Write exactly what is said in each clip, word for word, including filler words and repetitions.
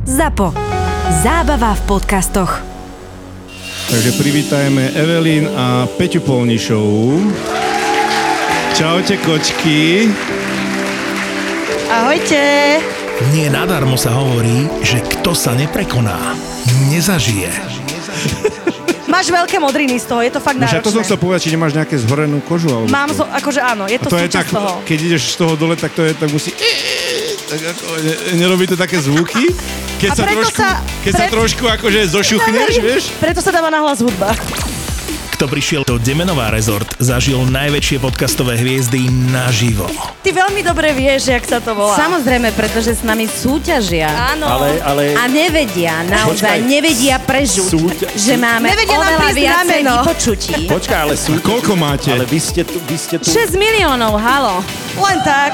Zapo. Zábava v podcastoch. Takže privítajme Evelyn a Peťu Polnišovú. Čaute, kočky. Ahojte. Nie nadarmo sa hovorí, že kto sa neprekoná, nezažije. Máš veľké modriny z toho, je to fakt náročné. náročné. To som chcel povedať, či nemáš nejaké zhorenú kožu? Alebo Mám, zo, akože áno, je to, to súčasť je tak, toho. Keď ideš z toho dole, tak to je, tak musí... Tak ako, ne, nerobí to také zvuky? Keď, sa trošku, sa, keď pred... sa trošku akože zošuchneš, vieš? Preto sa dáva nahlas hudba. Kto prišiel do Demenová rezort, zažil najväčšie podcastové hviezdy naživo. Ty veľmi dobre vieš, jak sa to volá. Samozrejme, pretože s nami súťažia. Áno. Ale, ale... A nevedia, naozaj Počkaj. nevedia prežuť, Súťa... že máme nevedia oveľa viacej vypočutí. Počkaj, ale sú... Koľko máte? Ale vy ste tu... Vy ste tu... šesť miliónov, halo. Len tak.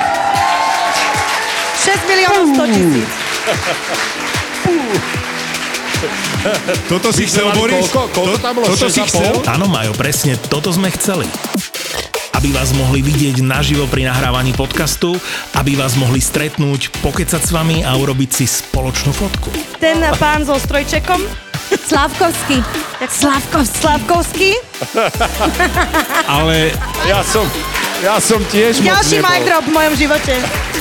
šesť miliónov sto tisíc. Toto si chcel, Boris? Koľko, koľko tam bolo? Toto si chcel? Áno, Majo, presne toto sme chceli. Aby vás mohli vidieť naživo pri nahrávaní podcastu, aby vás mohli stretnúť, pokecať s vami a urobiť si spoločnú fotku. Ten pán so strojčekom. Slavkovský. Slavkovský. Slavkovský. Ale... Ja som... Ja som tiež moc Ďalší mic drop v mojom živote.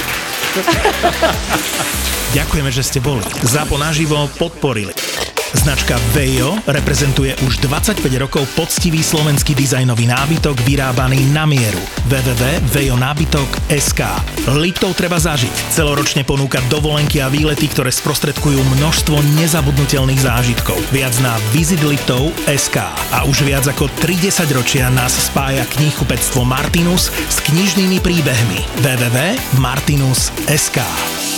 Ďakujeme, že ste boli. Zapo naživo podporili. Značka Vejo reprezentuje už dvadsaťpäť rokov poctivý slovenský dizajnový nábytok vyrábaný na mieru. w w w bodka vejo nábytok bodka es ká. Liptov treba zažiť. Celoročne ponúka dovolenky a výlety, ktoré sprostredkujú množstvo nezabudnutelných zážitkov. Viac na visit liptov bodka es ká. A už viac ako tri desaťročia nás spája knihkupectvo Martinus s knižnými príbehmi. w w w bodka martinus bodka es ká.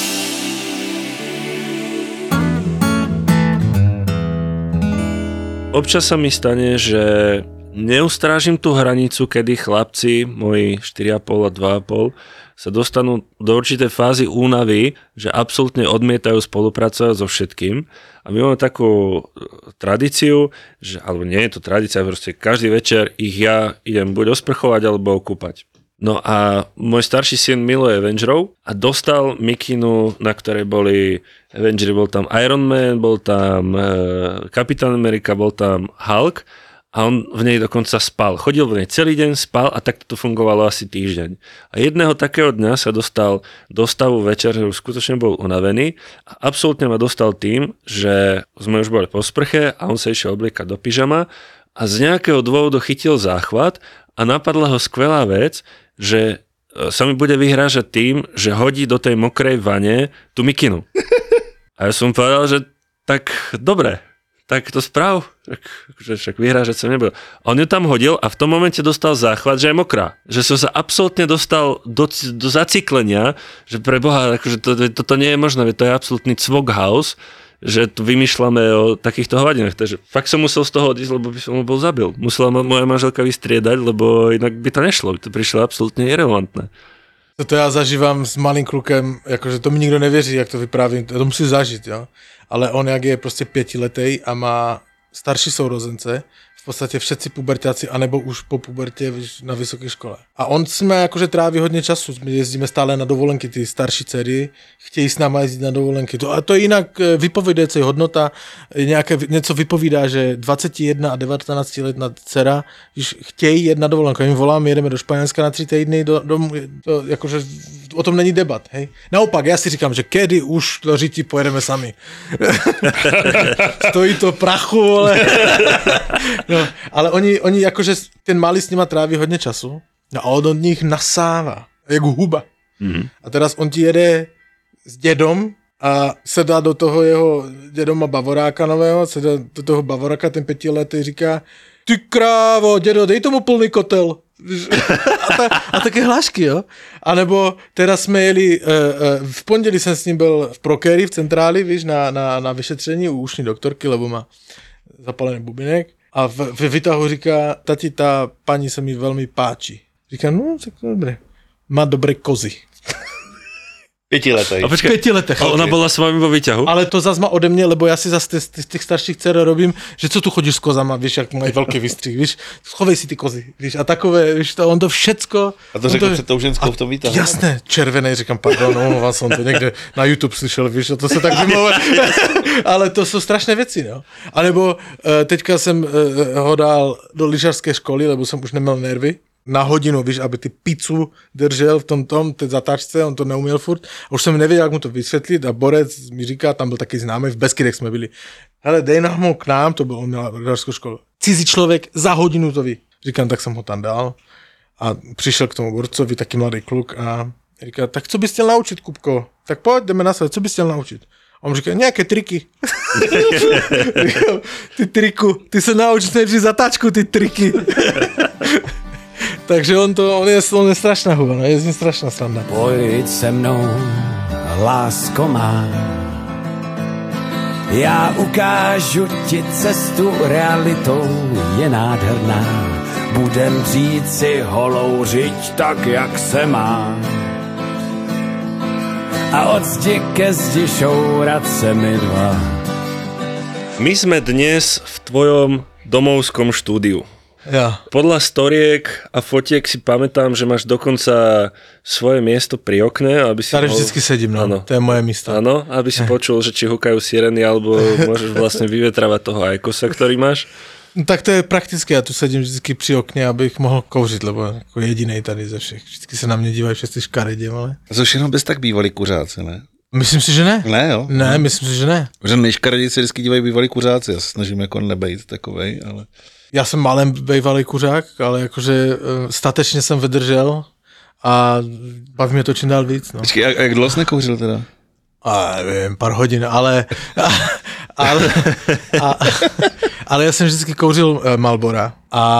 Občas sa mi stane, že neustrážim tú hranicu, kedy chlapci, moji štyri a pol a dva a pol, sa dostanú do určitej fázy únavy, že absolútne odmietajú spolupracovať so všetkým. A my máme takú tradíciu, že, alebo nie je to tradícia, proste každý večer ich ja idem buď osprchovať, alebo okúpať. No a môj starší syn miluje Avengerov a dostal mikinu, na ktorej boli Avengers, bol tam Iron Man, bol tam e, Kapitán Amerika, bol tam Hulk a on v nej dokonca spal. Chodil v nej celý deň, spal a takto to fungovalo asi týždeň. A jedného takého dňa sa dostal do stavu večer, že už skutočne bol unavený a absolútne ma dostal tým, že sme už boli po sprche a on sa išiel obliekať do pyžama a z nejakého dôvodu chytil záchvat a napadla ho skvelá vec, že sa mi bude vyhrážať tým, že hodí do tej mokrej vane tú mikinu. A ja som povedal, že tak dobre, tak to správ, že však vyhrážať sa nebude. On ju tam hodil a v tom momente dostal záchvat, že je mokrá. Že som sa absolútne dostal do, do zaciklenia, že pre Boha, akože to, to, to nie je možné, to je absolútny cvok house, že tu vymýšľame o takýchto hovadinách. Takže fakt som musel z toho odísť, lebo by som ho bol zabil. Musela ma moja manželka vystriedať, lebo inak by to nešlo. To prišlo absolútne irelevantné. To já zažívám s malým klukem, jakože to mi nikdo nevěří, jak to vyprávím, to musí zažít, jo. Ale on, jak je prostě pětiletej a má starší sourozence, v podstatě všetci pubertáci, anebo už po pubertě na vysoké škole. A on s nimi jakože tráví hodně času, my jezdíme stále na dovolenky, ty starší dcery chtějí s náma jezdit na dovolenky. To, a to je jinak vypovídající hodnota, nějaké, něco vypovídá, že dvacet jedna a devatenáct letná dcera, když chtějí jet na dovolenku, jim voláme, jedeme do Španělska na tři týdny, do, do, to, jakože o tom není debat, hej. Naopak, já si říkám, že kedy už do Řiti pojedeme sami. Stojí to prachu, ale... No, ale oni, oni jakože ten malý s nima tráví hodně času a on od nich nasává, jako huba. Mm-hmm. A teraz on ti jede s dědom a se dá do toho jeho dědoma bavoráka nového, se dá do toho bavoráka, ten pětiletý říká, ty krávo, dědo, dej tomu plný kotel. A, ta, a také hlášky, jo. A nebo teraz jsme jeli, uh, uh, v pondělí jsem s ním byl v Prokéry v centráli, víš, na, na, na vyšetření u ušní doktorky, lebo má zapalený bubinek. A ve výtahu říká, tati, ta paní se mi velmi páči. Říká, no, tak dobré. Má dobré kozy. Pětiletej. A počkej, v pěti letech. A ona bola s vami vo výťahu? Ale to zas má ode mě, lebo já si zase z těch, těch starších dcer robím, že co tu chodíš s kozama, víš, jak mají velký vystřih, víš, schovej si ty kozy, víš, a takové, víš, to, on to všecko. A to řekl to, před tou ženskou v tom výtahu. Jasné, červený, říkám, pardon, omlouvám jsem to někde na YouTube slyšel, víš, a to se tak vymlouvá. Ale to jsou strašné věci, no. A nebo teďka jsem ho dal do lyžařské školy, lebo jsem už neměl nervy. Na hodinu, víš, aby ty pizzu držel v tom tom, té zatáčce, on to neuměl furt. A už jsem nevěděl, jak mu to vysvětlit a borec mi říká, tam byl taky známý, v Beskydech jsme byli. Hele, dej nám ho k nám, to byl, on měl lyžařskou školu. Cizí člověk, za hodinu to ví. Říkám, tak jsem ho tam dal a přišel k tomu borcovi, taky mladý kluk a říká, tak co bys chtěl naučit, Kupko? Tak pojď, jdeme na své, co bys chtěl naučit? A on říká, nějaké triky. Ty triku, ty se naučíš nejdřív zatáčku, ty triky. Takže on to, on je, on je strašná huba, no, je z ní strašná sranda. Pojď se mnou, lásko má, já ukážu ti cestu, realitou je nádherná. Budem žít si holou řiď tak, jak se má. A od zdi ke zdi šourat se mi dva. My sme dnes v tvojom domovskom štúdiu. Ja. Podľa storiek a fotiek si pamätám, že máš dokonca svoje miesto pri okne, aby si... Tady vždycky sedím, no. Ano. To je moje místo. Áno, aby si počul, že či hukajú sireny, alebo môžeš vlastne vyvetravať toho ajkosa, ktorý máš. No, tak to je praktické, já tu sedím vždycky při okně, abych mohl kouřit, lebo jako jedinej tady ze všech. Vždycky se na mě dívají všetci škaredě, ale... To všechno bez tak bývalí kuřáci, ne? Myslím si, že ne. Ne, jo? Ne, myslím si, že ne. Že nejškareději se vždycky dívají bývalí kuřáci, já se snažím jako nebejt takovej, ale... Já jsem malem bývalý kuřák, ale jakože statečně jsem vydržel a baví mě to čím dál víc, no. Počkej, a jak dlouho jsi nekouřil teda? A nevím, pár hodin, ale... ale, a, ale já jsem vždycky kouřil Marlbora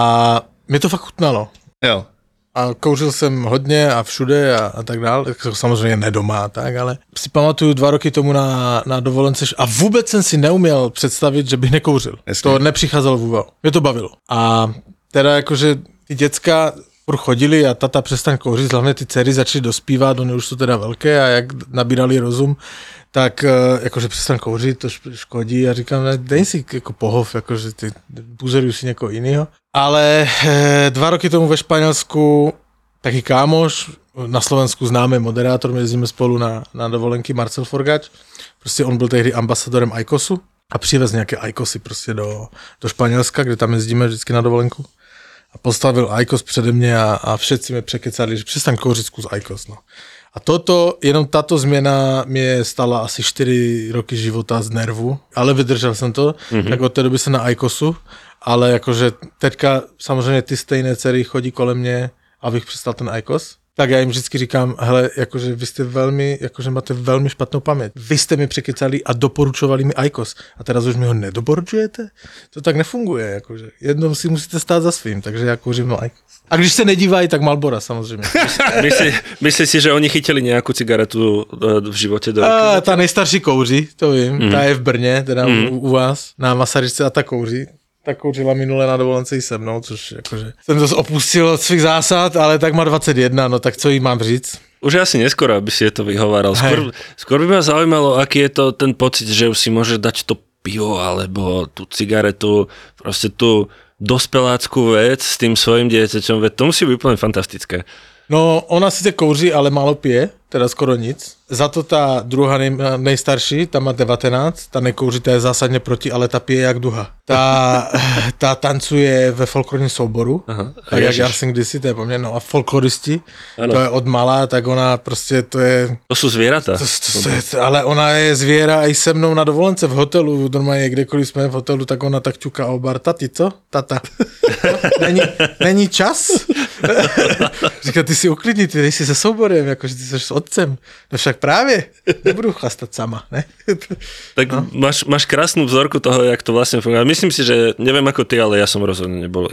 a mě to fakt chutnalo. Jo. A kouřil jsem hodně a všude a, a tak dále, samozřejmě ne doma, tak, ale si pamatuju dva roky tomu na, na dovolence a vůbec jsem si neuměl představit, že bych nekouřil. Jasně. To nepřicházelo v úvahu. Mě to bavilo. A teda jakože ty děcka chodili a tata přestaň kouřit, hlavně ty dcery začaly dospívat, oni už jsou teda velké a jak nabírali rozum, tak jakože přestaň kouřit, to škodí a říkám, ne, dej si jako pohov, jakože ty buzeruj si někoho jiného. Ale e, dva roky tomu ve Španělsku taky kámoš, na Slovensku známý moderátor, my jezdíme spolu na, na dovolenky, Marcel Forgač, prostě on byl tehdy ambasadorem Ajkosu a přivez nějaké Ajkosy prostě do, do Španělska, kde tam jezdíme vždycky na dovolenku. A postavil Ajkos přede mě a, a všetci mě překecali, že přestaň kouřit, zkus Ajkos, no. A toto, jenom tato změna mě stala asi čtyři roky života z nervu, ale vydržel jsem to, mm-hmm. tak od té doby jsem na Ajkosu, ale jakože teďka samozřejmě ty stejné dcery chodí kolem mě, abych přestal ten Ajkos. Tak já jim vždycky říkám, hele, jakože vy jste velmi, jakože máte velmi špatnou paměť. Vy jste mi překecali a doporučovali mi Ajkos. A teraz už mi ho nedoporučujete? To tak nefunguje, jakože. Jednou si musíte stát za svým, takže já kouřím no Ajkos. A když se nedívají, tak Marlbora samozřejmě. Myslí, myslíš si, že oni chytili nějakou cigaretu v životě do ruky? A, ta nejstarší kouří, to vím. Mm. Ta je v Brně, teda mm. u, u vás, na Masaryčce a ta kouří. Tak kouřila minule na dovolence i se mnou, což jakože jsem to opustil od svých zásad, ale tak má dvacet jedna, no tak co jí mám říct? Už asi neskoro, aby si je to vyhováral. Skôr, skôr by ma zaujímalo, aký je to ten pocit, že už si môže dať to pivo alebo tú cigaretu, proste tú dospeláckú vec s tým svojim dieťaťom, veď to musí byť úplne fantastické. No, ona sice kouří, ale málo pije, teda skoro nic. Za to ta druhá nej, nejstarší, ta má devatenáct, ta nekouří, ta je zásadně proti, ale ta pije jak duha. Ta, ta tancuje ve folklorním souboru, aha, tak jak já jsem kdysi, to je po mně, no a folkloristi, ano. To je od malá, tak ona prostě, to je... To jsou zvěrata. To, to, to je, ale ona je zvěra i se mnou na dovolence v hotelu, normálně kdekoliv jsme v hotelu, tak ona tak ťuká o bar, tati, co? Tata. není, není čas? Říká, ty si uklidni, ty nejsi se souborem, jakože ty jsi s otcem. No však právě, nebudu chlastat sama, ne? Tak no. máš, máš krásnu vzorku toho, jak to vlastne funguje. Myslím si, že neviem ako ty, ale ja som rozhodne nebol iný.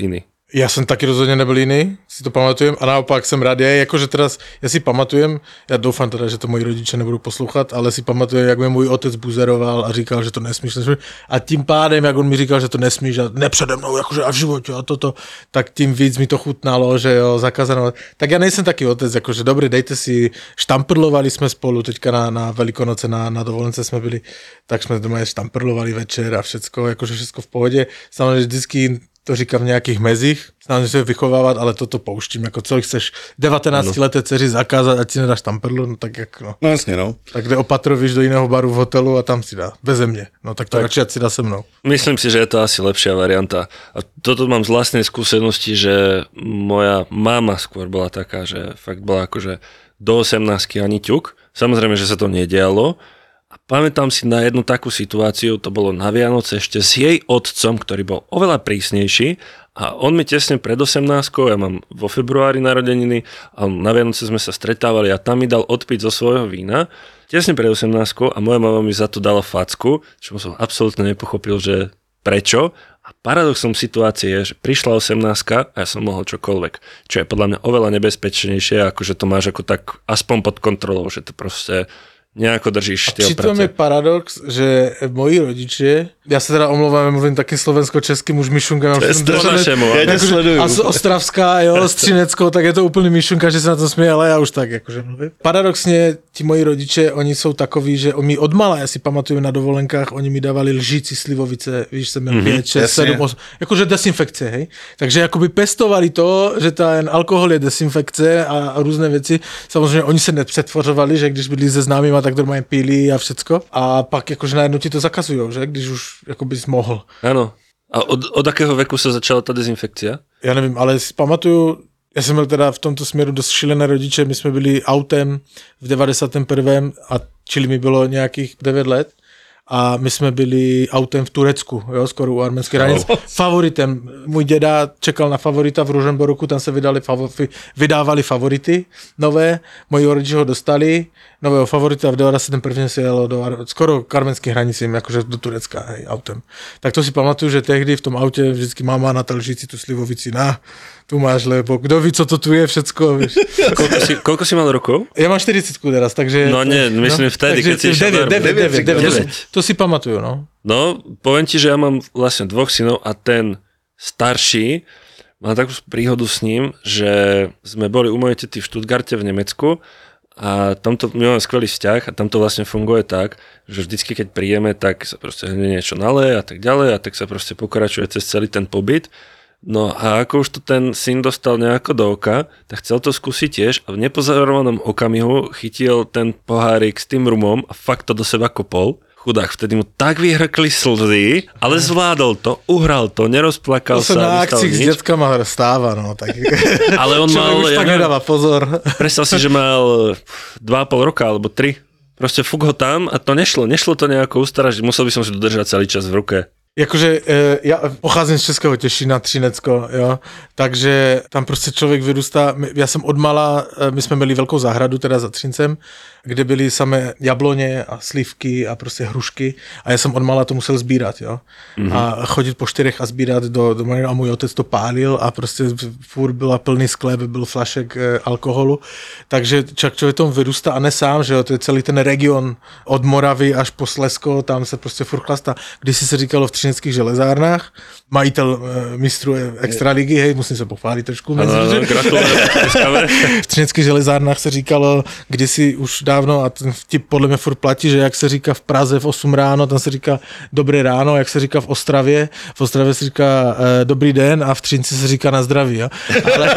Já jsem taky rozhodně nebyl jiný, si to pamatujem a naopak jsem rád, je, jakože teraz, já si pamatujem, já doufám teda, že to moji rodiče nebudou poslouchat, ale si pamatujem, jak mě můj otec buzeroval a říkal, že to nesmíš, nesmíš. A tím pádem, jak on mi říkal, že to nesmíš a ne přede mnou, jakože a v životě a toto, tak tím víc mi to chutnalo, že jo, zakázané. Tak já nejsem taky otec, jakože dobrý, dejte si, štamprlovali jsme spolu, teďka na, na Velikonoce, na, na dovolence jsme byli, tak jsme doma štamprlovali večer a všecko, jakože všechno v pohodě. Samozřejmě vždycky to říkám v nějakých mezích, snažím se vychovávat, ale toto pouštím, jako co chceš devatenáctileté dceři zakázat, ať si nedáš tamperlu, no tak jak no. No jasně, no. Tak jde opatrovíš do jiného baru v hotelu a tam si dá, beze mě, no tak to tak. Radši ať si dá se mnou. Myslím si, že je to asi lepšia varianta. A toto mám z vlastnej skúsenosti, že moja mama skôr bola taká, že fakt bola akože do osemnástky ani ťuk. Samozrejme, že sa to nedialo. A pamätám si na jednu takú situáciu, to bolo na Vianoce ešte s jej otcom, ktorý bol oveľa prísnejší a on mi tesne pred osemnástkou, ja mám vo februári narodeniny a na Vianoce sme sa stretávali a tam mi dal odpiť zo svojho vína tesne pred osemnástkou a moja mama mi za to dala facku, čo som absolútne nepochopil, že prečo. A paradoxom situácie je, že prišla osemnástka a ja som mohol čokoľvek, čo je podľa mňa oveľa nebezpečnejšie, ako že to máš ako tak aspoň pod kontrolou, že to proste nejako držíš tie oprace. Přitom je paradox, že moji rodiče, já se teda omlouvám, mluvím taky slovensko-českým už myšunkem. To je to našemu. Já tě sleduju. A z Ostravská, jo, Střinecko, tak je to úplný myšunka, že se na to směje, ale já už tak jakože mluvím. Paradoxně ti moji rodiče, oni jsou takový, že oni odmala, já si pamatuju na dovolenkách, oni mi dávali lžící slivovice, víš, jsem měl mm-hmm, pět, šest, sedm, osm, jakože desinfekce, hej. Takže jakoby pestovali to, že ten alkohol je desinfekce a, a různé věci. Samozřejmě oni se nepřetvořovali, že když byli se známýma, tak normálně pili a všecko. A pak jakože najednou ti to zakazujou, že? Když už jako bys mohl. Ano. A od, od akého veku se začala ta dezinfekcia? Já nevím, ale si pamatuju, já jsem byl teda v tomto směru dost šílené rodiče, my jsme byli autem v devadesátém prvním a čili mi bylo nějakých devět let. A my jsme byli autem v Turecku, jo, skoro u arménské hranice. Oh. Favoritem. Můj děda čekal na favorita v Ružomberku, tam se vydali favor- vydávali favority nové, moji rodiče ho dostali, nového favorita v devadesátém prvním se jelo do, skoro k arménské hranici, jakože do Turecka, hej, autem. Tak to si pamatuju, že tehdy v tom autě vždycky máma na lžíci tu slivovici, na, tu máš, lebo kdo ví, co to tu je, všecko, víš. Koľko si, koľko si mal rokov? Ja mám štyridsať teraz, takže... No nie, myslím no, vtedy, keď si išiel na deväť. To si pamatuju, no. No, poviem ti, že ja mám vlastne dvoch synov a ten starší, mám takú príhodu s ním, že sme boli u mojej tety v Stuttgarte v Nemecku a tamto, my máme skvelý vzťah a tam to vlastne funguje tak, že vždycky, keď príjeme, tak sa proste niečo naleje a tak ďalej a tak sa proste pokračuje cez celý ten pobyt. No a ako už to ten syn dostal nejako do oka, tak chcel to skúsiť tiež a v nepozorovanom okamihu chytil ten pohárik s tým rumom a fakt to do seba kopol. Chudák, vtedy mu tak vyhrkli slzy, ale zvládol to, uhral to, nerozplakal sa. To sa na akcích s detkama stáva, no. Tak... Ale on mal... už ja tak nedáva pozor. Predstav si, že mal dva a pol roka alebo tri. Proste fuk ho tam a to nešlo. Nešlo to nejako ustarať, musel by som si dodržať celý čas v ruke. Jakože já pocházím z Českého Těšína, Třinecko, jo, takže tam prostě člověk vyrůstá, já jsem odmala, my jsme měli velkou zahradu teda za Třincem, kde byly samé jabloně a slívky a prostě hrušky a já jsem odmala to musel sbírat, jo. Mm-hmm. A chodit po čtyřech a sbírat do, do a můj otec to pálil a prostě furt byla plný sklep, byl flašek e, alkoholu, takže čak člověk tomu vyrůstá a ne sám, že jo, to je celý ten region od Moravy až po Slezsko, tam se prostě furt chlastá. Když si se říkalo v Třineckých železárnách, majitel e, mistrů extraligy, hej, musím se pochválit trošku. Ano, gratulujem. V Třineckých železárnách se říkalo kdysi už dávno a ten vtip podle mě furt platí, že jak se říká v Praze v osm ráno, tam se říká dobré ráno, jak se říká v Ostravě, v Ostravě se říká e, dobrý den a v Třinci se říká na zdraví, jo. Ale,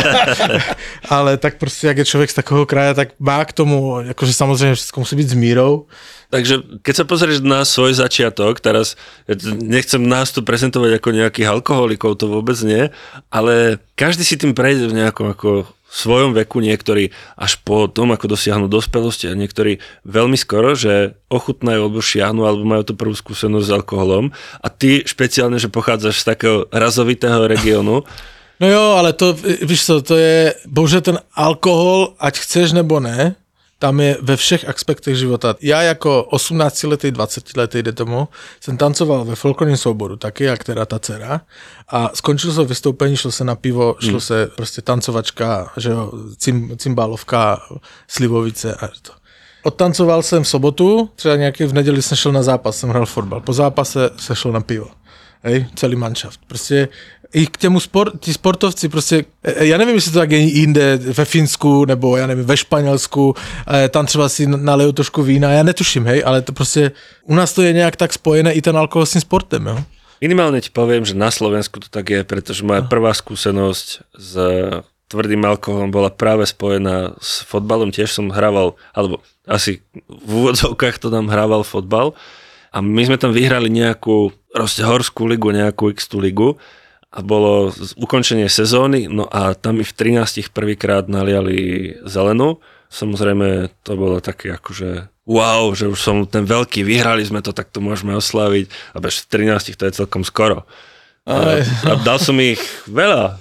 ale tak prostě jak je člověk z takového kraje, tak má k tomu, jakože samozřejmě všechno musí být s mírou. Takže keď sa pozrieš na svoj začiatok, teraz nechcem nás tu prezentovať ako nejakých alkoholikov, to vôbec nie, ale každý si tým prejde v nejakom ako svojom veku, niektorí až po tom, ako dosiahnu dospelosti a niektorí veľmi skoro, že ochutnajú alebo šiahnu alebo majú tú prvú skúsenosť s alkoholom a ty špeciálne, že pochádzaš z takého razovitého regiónu. No jo, ale to, víš co, to je, bože ten alkohol, ať chceš nebo ne, tam je ve všech aspektech života. Já jako osmnáctiletý, dvacetiletý, jde tomu, jsem tancoval ve folklorním souboru taky, jak teda ta dcera. A skončilo se vystoupení, šlo se na pivo, šlo hmm. se prostě tancovačka, že jo, cym, cymbálovka, slivovice a to. Odtancoval jsem v sobotu, třeba nějaký v neděli jsem šel na zápas, jsem hrál fotbal. Po zápase se šel na pivo. Hej, celý manšaft. Prostě i k těmu sport, ti sportovci prostě, já nevím, jestli to tak je jinde ve Finsku, nebo já nevím, ve Španělsku, tam třeba si nalejou trošku vína, já netuším, hej, ale to prostě, u nás to je nějak tak spojené i ten alkohol s tím sportem, jo. Minimálne ti poviem, že na Slovensku to tak je, pretože moja prvá skúsenosť s tvrdým alkoholom bola práve spojená s fotbalom. Tiež som hrával, alebo asi v úvodzovkách to tam hrával fotbal a my sme tam vyhrali nejakú proste horskú ligu, nejakú X-tú ligu a bolo ukončenie sezóny, no a tam mi v trinástich prvýkrát naliali zelenú. Samozrejme to bolo také akože wow, že už som ten veľký, vyhrali sme to, tak to môžeme oslaviť. A bez trinástich to je celkom skoro. A, a dal som ich veľa.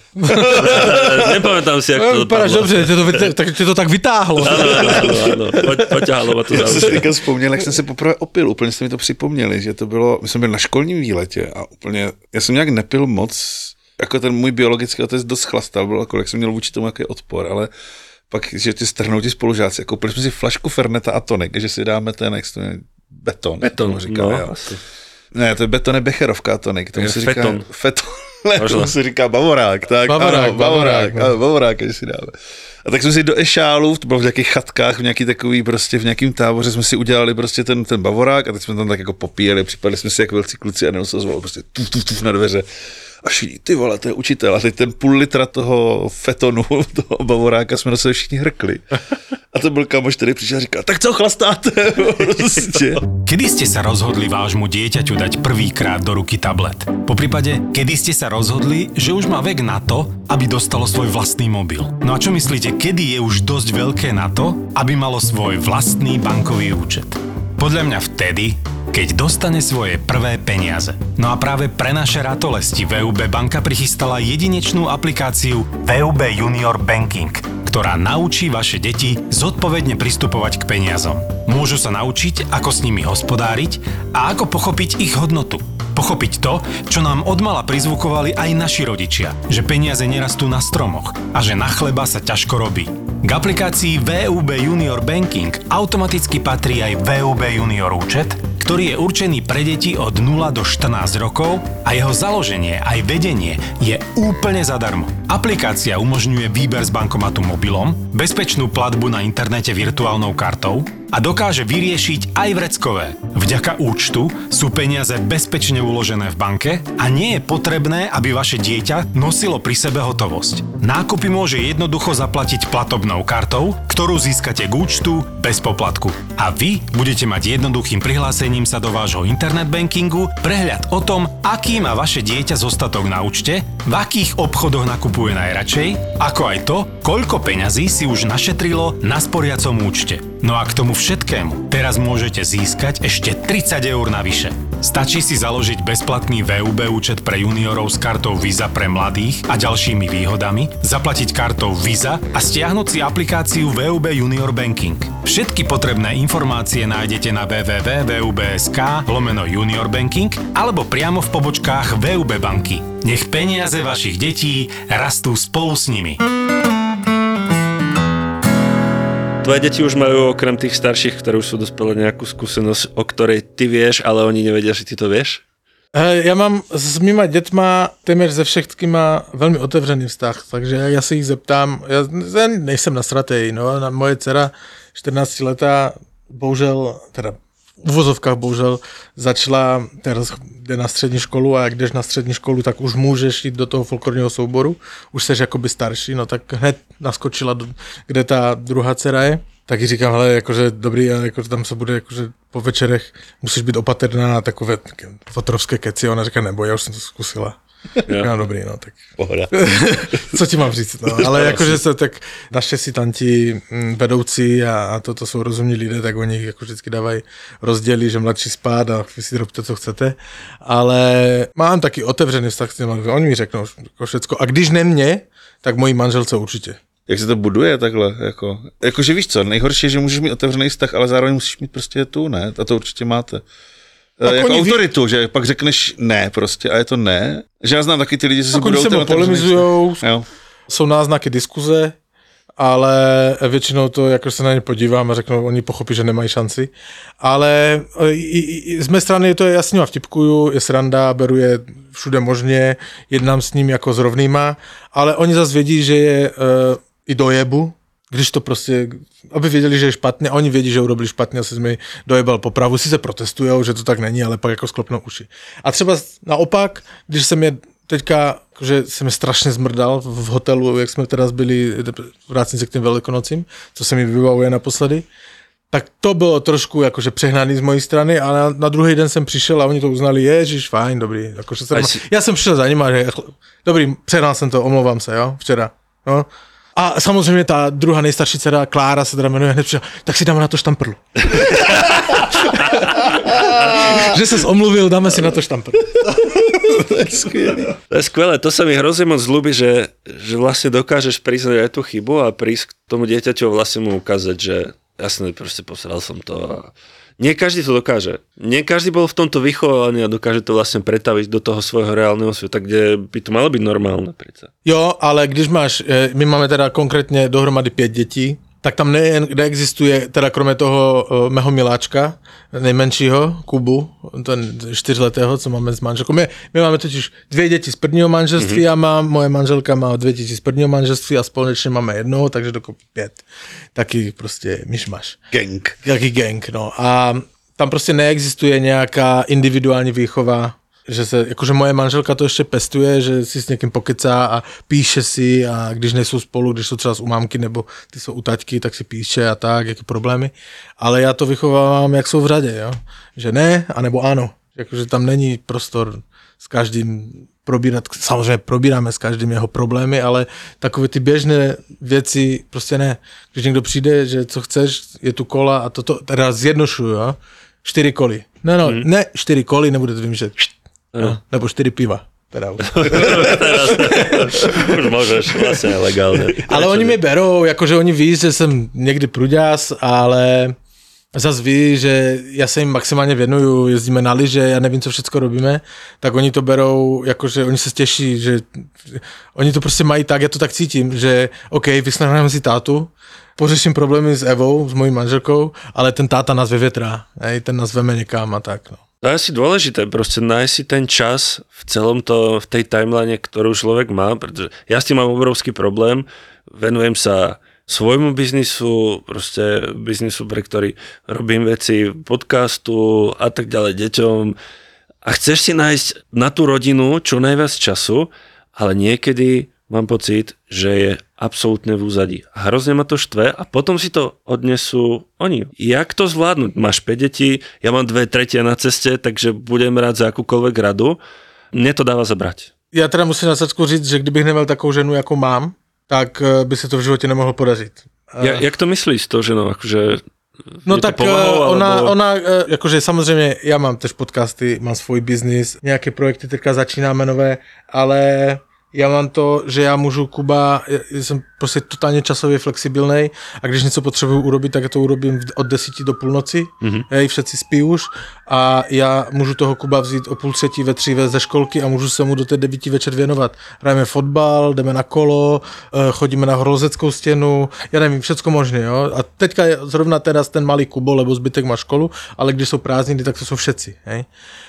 Nepamätám si, jak to dopadlo. Vypadáš dobře, tě to, tak, tě to tak vytáhlo. Ano, ano, ano, ano. Po, poťahalo ma to za Já jsem si teďka vzpomněl, jak jsem se poprvé opil, úplně jste mi to připomněli, že to bylo, my jsme byli na školním výletě a úplně, já jsem nějak nepil moc, jako ten můj biologický otec dost chlastal, bylo jako, jak jsem měl vůči tomu jaký odpor, ale pak, že ti strhnou ti spolužáci, koupili jsme si flašku Ferneta a tonik, že si dáme ten, jak to je, beton. Beton, říká, no, jo. asi. Ne, to je beton, je becherovka a tonik, tomu se říká feton. Feton, ne, tomu se říká bavorák, tak, bavorák, ano, bavorák, no. ano, bavorák, když si dáme. A tak jsme si do ešálů, to bylo v nějakých chatkách, v nějaký takový prostě, v nějakým táboře jsme si udělali prostě ten, ten bavorák a teď jsme tam tak jako popíjeli, připadli jsme si jako velcí kluci a jenom se ozvalo prostě tuf, tuf, tuf na dveře. A všichni, ty vole, to je učitel. A teď ten půl litra toho fetonu, toho bavoráka jsme do sebe všichni hrkli. A to byl kamoš, který přišel a říkal, tak co chlastáte? Prostě. Kedy ste sa rozhodli vášmu dieťaťu dať prvýkrát do ruky tablet? Po prípade, kedy ste sa rozhodli, že už má vek na to, aby dostalo svoj vlastný mobil? No a čo myslíte, kedy je už dosť veľké na to, aby malo svoj vlastný bankový účet? Podľa mňa vtedy, keď dostane svoje prvé peniaze. No a práve pre naše ratolesti vé ú bé banka prichystala jedinečnú aplikáciu vé ú bé Junior Banking, ktorá naučí vaše deti zodpovedne pristupovať k peniazom. Môžu sa naučiť, ako s nimi hospodáriť a ako pochopiť ich hodnotu. Pochopiť to, čo nám odmala prizvukovali aj naši rodičia, že peniaze nerastú na stromoch a že na chleba sa ťažko robí. K aplikácii vé ú bé Junior Banking automaticky patrí aj vé ú bé Junior účet, ktorý je určený pre deti od nula do štrnásť rokov a jeho založenie aj vedenie je úplne zadarmo. Aplikácia umožňuje výber z bankomatu mobilom, bezpečnú platbu na internete virtuálnou kartou a dokáže vyriešiť aj vreckové. Vďaka účtu sú peniaze bezpečne uložené v banke a nie je potrebné, aby vaše dieťa nosilo pri sebe hotovosť. Nákupy môže jednoducho zaplatiť platobnou kartou, ktorú získate k účtu bez poplatku. A vy budete mať jednoduchým prihlásením sa do vášho internet bankingu prehľad o tom, aký má vaše dieťa zostatok na účte, v akých obchodoch nakupuje najradšej, ako aj to, koľko peňazí si už našetrilo na sporiacom účte. No a k tomu všetkému teraz môžete získať ešte tridsať eur navyše. Stačí si založiť bezplatný vé ú bé účet pre juniorov s kartou Visa pre mladých a ďalšími výhodami, zaplatiť kartou Visa a stiahnuť si aplikáciu vé ú bé Junior Banking. Všetky potrebné informácie nájdete na w w w bodka vé ú bé bodka es ká lomeno Junior Banking alebo priamo v pobočkách vé ú bé banky. Nech peniaze vašich detí rastú spolu s nimi. Tvoje deti už majú okrem tých starších, ktoré už sú dospelé, nejakú skúsenosť, o ktorej ty vieš, ale oni nevedia, že ty to vieš? Já mám s mýma dětma téměř ze všetkýma velmi otevřený vztah, takže já se jich zeptám, já nejsem nasratej, no, na moje dcera čtrnáctiletá, bohužel, teda v uvozovkách bohužel, začala, teraz jde na střední školu a jak jdeš na střední školu, tak už můžeš jít do toho folklorního souboru, už seš jakoby starší, no tak hned naskočila, do, kde ta druhá dcera je. Tak jí říkám, hele, jakože dobrý, a jako tam se bude, jakože po večerech musíš být opatrná na takové fotrovské keci. Ona říká, nebo já už jsem to zkusila. No dobrý, no tak. Pohoda. Co ti mám říct, no, ale jakože se tak naštěstí tanti vedoucí a, a to, to jsou rozumní lidé, tak oni jako vždycky dávají rozděly, že mladší spát a vy si robte, co chcete. Ale mám taky otevřený vztah s těmi, oni mi řeknou jako všecko. A když ne mě, tak mojí manželce určitě. Jak se to buduje takhle, jako, jakože víš co, nejhorší je, že můžeš mít otevřený vztah, ale zároveň musíš mít prostě tu, ne, a to určitě máte. Tak jako autoritu, ví... že pak řekneš ne prostě a je to ne. Že já znám taky ty lidi, co si budou... Oni se polemizujou, jsou náznaky diskuze, ale většinou to, jako se na ně podívám a řeknu, oni pochopí, že nemají šanci. Ale i, i, z mé strany to je jasně, vtipkuju, je sranda, beru je všude možně, jednám s ním jako s rovnýma, ale oni zase vědí, že je uh, i dojebu, když to prostě, aby věděli, že je špatně, a oni vědí, že urobili špatně, asi jsme dojebal popravu, si se protestujou, že to tak není, ale pak jako sklopnou uši. A třeba naopak, když jsem je teďka, že jsem je strašně zmrdal v hotelu, jak jsme teraz byli, vrátím se k těm velikonocím, co se mi vybavuje naposledy, tak to bylo trošku jakože přehnaný z mojí strany, ale na, na druhý den jsem přišel a oni to uznali, ježiš, fajn, dobrý. Jakože jsem, si... Já jsem přišel za nima, že dobrý, přehnal jsem to, omlouvám se, jo, včera. No. A samozřejmě ta druhá nejstarší dcera, Klára se teda jmenuje, hned přišel, tak si dáme na to štamprlu. Že ses omluvil, dáme si na to štamprlu. To je skvělé. To je skvělé, to sa mi hrozně moc ľúbi, že, že vlastne dokážeš priznať aj tú chybu a prísť k tomu dieťaťu a vlastne mu ukázať, že jasne, proste posral som to a nie každý to dokáže. Nie každý bol v tomto vychovaný a dokáže to vlastne pretaviť do toho svojho reálneho sveta, kde by to malo byť normálne. Přece. Jo, ale když máš, my máme teda konkrétně dohromady pět dětí, tak tam ne, neexistuje, teda kromě toho uh, mého miláčka, nejmenšího, Kubu, ten čtyřletého, co máme s manželkou. My, my máme totiž dvě děti z prvního manželství mm-hmm. a mám, moje manželka má dvě děti z prvního manželství a společně máme jednoho, takže dokopy pět. Taky prostě myšmaš. Gang. Taky gang, no. A tam prostě neexistuje nějaká individuální výchova, že se, jakože moje manželka to ještě pestuje, že si s někým pokecá a píše si a když nejsou spolu, když jsou třeba u mámky nebo ty jsou u taťky, tak si píše a tak, jaké problémy. Ale já to vychovávám, jak jsou v řadě, jo. Že ne, anebo ano. Jakože tam není prostor s každým probírat, samozřejmě probíráme s každým jeho problémy, ale takové ty běžné věci prostě ne. Když někdo přijde, že co chceš, je tu kola a toto, teda zjednošuju, jo. Čtyři koly. Ne, no, hmm. ne čtyři koly, nebude to vymýšlet. No, nebo čtyři piva. Teda už. Už můžeš, vlastně legálně. Ale oni mi berou, jakože oni ví, že jsem někdy pruďas, ale zas ví, že já se jim maximálně věnuju, jezdíme na lyže, já nevím, co všechno robíme, tak oni to berou, jakože oni se těší, že oni to prostě mají tak, já to tak cítím, že OK, vyslechneme si tátu, pořeším problémy s Evou, s mojí manželkou, ale ten táta nás vyvětrá, hej, ten nás veme někam a tak, no. To je asi dôležité, proste nájsť si ten čas v celom to, v tej timeline, ktorú človek má, pretože ja s tým mám obrovský problém, venujem sa svojmu biznisu, proste biznisu, pre ktorý robím veci, podcastu a tak ďalej, deťom a chceš si nájsť na tú rodinu čo najviac času, ale niekedy mám pocit, že je absolútne v úzadí. A hrozne ma to štve a potom si to odnesú oni. Jak to zvládnuť? Máš päť detí, ja mám dve tretie na ceste, takže budem rád za akúkoľvek radu. Mne to dáva zabrať. Já teda musím na začátku říct, že kdybych neměl takovou ženu, jako mám, tak by se to v životě nemohlo podařit. Ja, jak to myslíš s tou ženou? Akože no tak pomohlo, ona, alebo... ona, jakože samozřejmě já mám tež podcasty, mám svůj biznis, nějaké projekty teďka začínáme nové, ale já mám to, že já můžu, Kuba, já jsem prostě totálně časově flexibilnej a když něco potřebuju urobit, tak to urobím od desíti do půlnoci, mm-hmm. hej, všetci spí už a já můžu toho Kuba vzít o půl třetí ve tři ze školky a můžu se mu do té devíti večer věnovat. Hrajeme fotbal, jdeme na kolo, chodíme na horolezeckou stěnu, já nevím, všecko možné, jo. A teďka je zrovna teraz ten malý Kubo, lebo zbytek má školu, ale když jsou prázdniny, tak to jsou všetci, hej.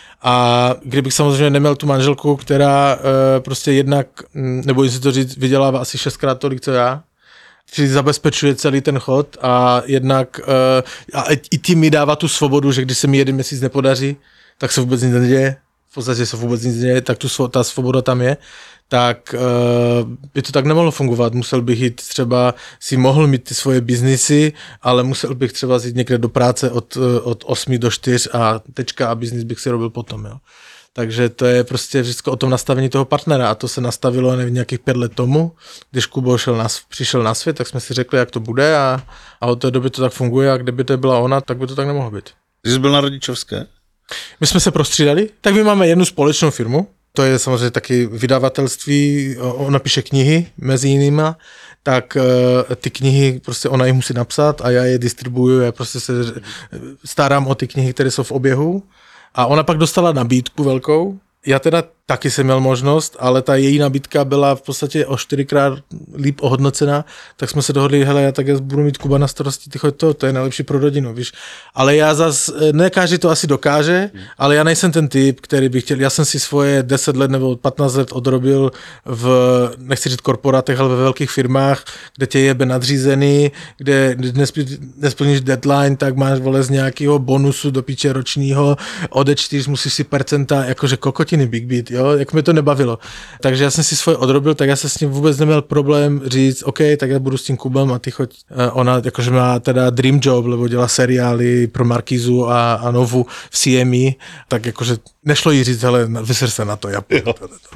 A kdybych samozřejmě neměl tu manželku, která e, prostě jednak, nebojím si to říct, vydělává asi šestkrát tolik, co já, či zabezpečuje celý ten chod a jednak e, a i tím mi dává tu svobodu, že když se mi jeden měsíc nepodaří, tak se vůbec nic neděje, v podstatě se vůbec nic neděje, tak tu, ta svoboda tam je, tak uh, by to tak nemohlo fungovat. Musel bych jít třeba, si mohl mít ty svoje biznisy, ale musel bych třeba jít někde do práce od, od osmi do čtyř a tečka a biznis bych si robil potom. Jo. Takže to je prostě vždycky o tom nastavení toho partnera a to se nastavilo nevím, nějakých pět let tomu, když Kubo šel na, přišel na svět, tak jsme si řekli, jak to bude a, a od té doby to tak funguje a kdyby to byla ona, tak by to tak nemohlo být. Ty jsi byl na rodičovské? My jsme se prostřídali, tak my máme jednu společnou firmu, To je samozřejmě taky vydavatelství, ona píše knihy mezi jinýma, tak uh, ty knihy prostě ona jich musí napsat a já je distribuju, já prostě se starám o ty knihy, které jsou v oběhu. A ona pak dostala nabídku velkou. Já teda taky jsem měl možnost, ale ta její nabídka byla v podstatě o čtyřikrát líp ohodnocená, tak jsme se dohodli, hele, já tak já budu mít Kuba na starosti, ty choď to, to je nejlepší pro rodinu, víš. Ale já zas, ne každý to asi dokáže, ale já nejsem ten typ, který by chtěl, já jsem si svoje deset let nebo patnáct let odrobil v, nechci říct korporátech, ale ve velkých firmách, kde tě jebe nadřízený, kde nesplníš deadline, tak máš vole z nějakého bonusu do píče ročního, odečtíš, musíš si percenta, jakože kokotiny Big Beat, jo, jak mi to nebavilo. Takže já jsem si svoje odrobil, tak já jsem s ním vůbec neměl problém říct, OK, tak já budu s tím Kubem a ty choď. Ona jakože má teda dream job, lebo dělá seriály pro Markízu a, a Novu v C M E, tak jakože nešlo jí říct, hele, vyser se na to, já půjdu.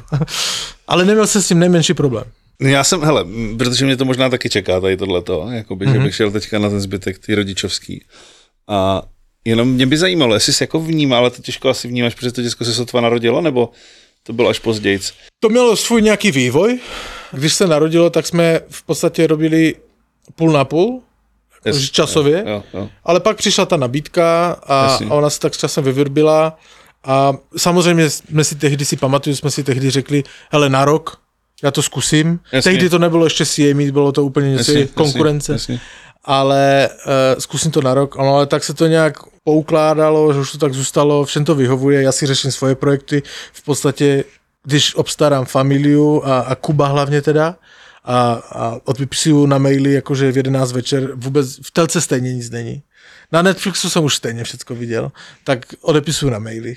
Ale neměl jsem s tím nejmenší problém. Já jsem, hele, protože mě to možná taky čeká tady tohleto, jakoby, mm-hmm. že bych šel teďka na ten zbytek, ty rodičovský. A jenom mě by zajímalo, jestli jsi jako vnímal, ale to těžko asi vnímáš, protože to děcko se sotva narodilo, nebo to bylo až pozdějc? To mělo svůj nějaký vývoj. Když se narodilo, tak jsme v podstatě robili půl na půl, yes, časově, jo, jo. Ale pak přišla ta nabídka a, a ona se tak s časem vyvrbila a samozřejmě jsme si tehdy si pamatuju, jsme si tehdy řekli, hele, na rok, já to zkusím. Jasně. Tehdy to nebylo ještě C M E, bylo to úplně něco konkurence. Jasně, jasně. Ale uh, zkusím to na rok, ale tak se to nějak poukládalo, že už to tak zůstalo, všem to vyhovuje, já si řeším svoje projekty, v podstatě, když obstarám familiu a, a Kuba hlavně teda a, a odvypisuju na maily, jakože v jedenáct večer, vůbec v telce stejně nic není. Na Netflixu jsem už stejně všecko viděl, tak odepisuju na maily.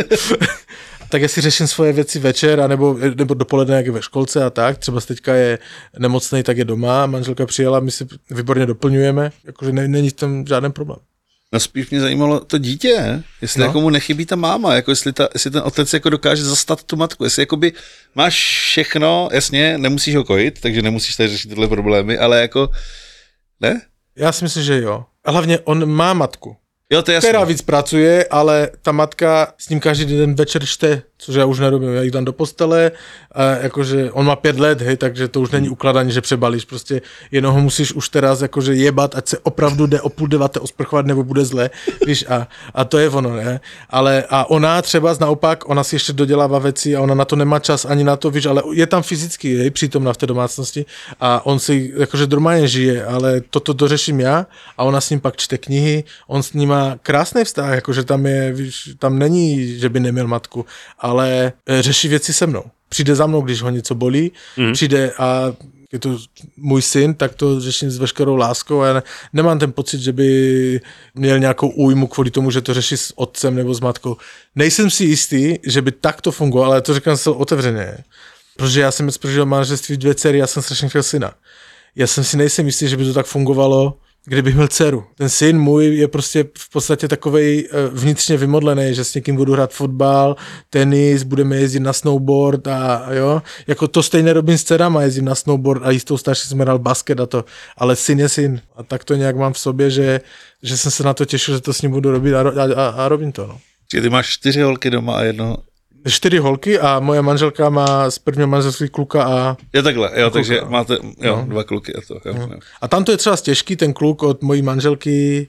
Tak já si řeším svoje věci večer, anebo, nebo dopoledne, jak je ve školce a tak. Třeba teďka je nemocnej, tak je doma, manželka přijela, my si výborně doplňujeme, jakože ne, není tam žádný problém. No spíš mě zajímalo to dítě, jestli no. jako mu nechybí ta máma, jako jestli, ta, jestli ten otec jako dokáže zastat tu matku, jestli jakoby máš všechno, jasně, nemusíš ho kojit, takže nemusíš tady řešit tyhle problémy, ale jako, ne? Já si myslím, že jo. A hlavně on má matku. Jo, to je jasný. Která víc pracuje, ale ta matka s ním každý den večer čte, což já už nerobím, já jich dám do postele, a jakože on má pět let, hej, takže to už není ukladání, že přebalíš, prostě jenom ho musíš už teraz jakože jebat, ať se opravdu jde o půl deváté osprchovat, nebo bude zle, víš, a, a to je ono, ne, ale a ona třeba naopak, ona si ještě dodělává věci a ona na to nemá čas ani na to, víš, ale je tam fyzicky, hej, přítomná v té domácnosti a on si jakože normálně žije, ale toto dořeším já a ona s ním pak čte knihy, on s ním má krásný vztah, jakože tam je, víš, tam není, že by neměl matku, ale řeší věci se mnou. Přijde za mnou, když ho něco bolí, mm. přijde a je to můj syn, tak to řeším s veškerou láskou a já ne, nemám ten pocit, že by měl nějakou újmu kvůli tomu, že to řeší s otcem nebo s matkou. Nejsem si jistý, že by tak to fungovalo, ale to říkám se otevřeně. Protože já jsem prožil manželství dvě dcery, já jsem strašně chtěl syna. Já jsem si nejsem jistý, že by to tak fungovalo, kdybych měl dceru. Ten syn můj je prostě v podstatě takovej vnitřně vymodlený, že s někým budu hrát fotbal, tenis, budeme jezdit na snowboard a jo, jako to stejně robím s dcerama, jezdím na snowboard a jistou starší jsme hrál basket a to, ale syn je syn a tak to nějak mám v sobě, že, že jsem se na to těšil, že to s ním budu robit a, a, a robím to, no. Ty máš čtyři holky doma a jedno... Čtyři holky a moje manželka má z prvního manželství kluka a... Je takhle, jo, takže kluka. Máte jo, no. dva kluky a to. Jo, no. A tam to je třeba těžký, ten kluk od mojí manželky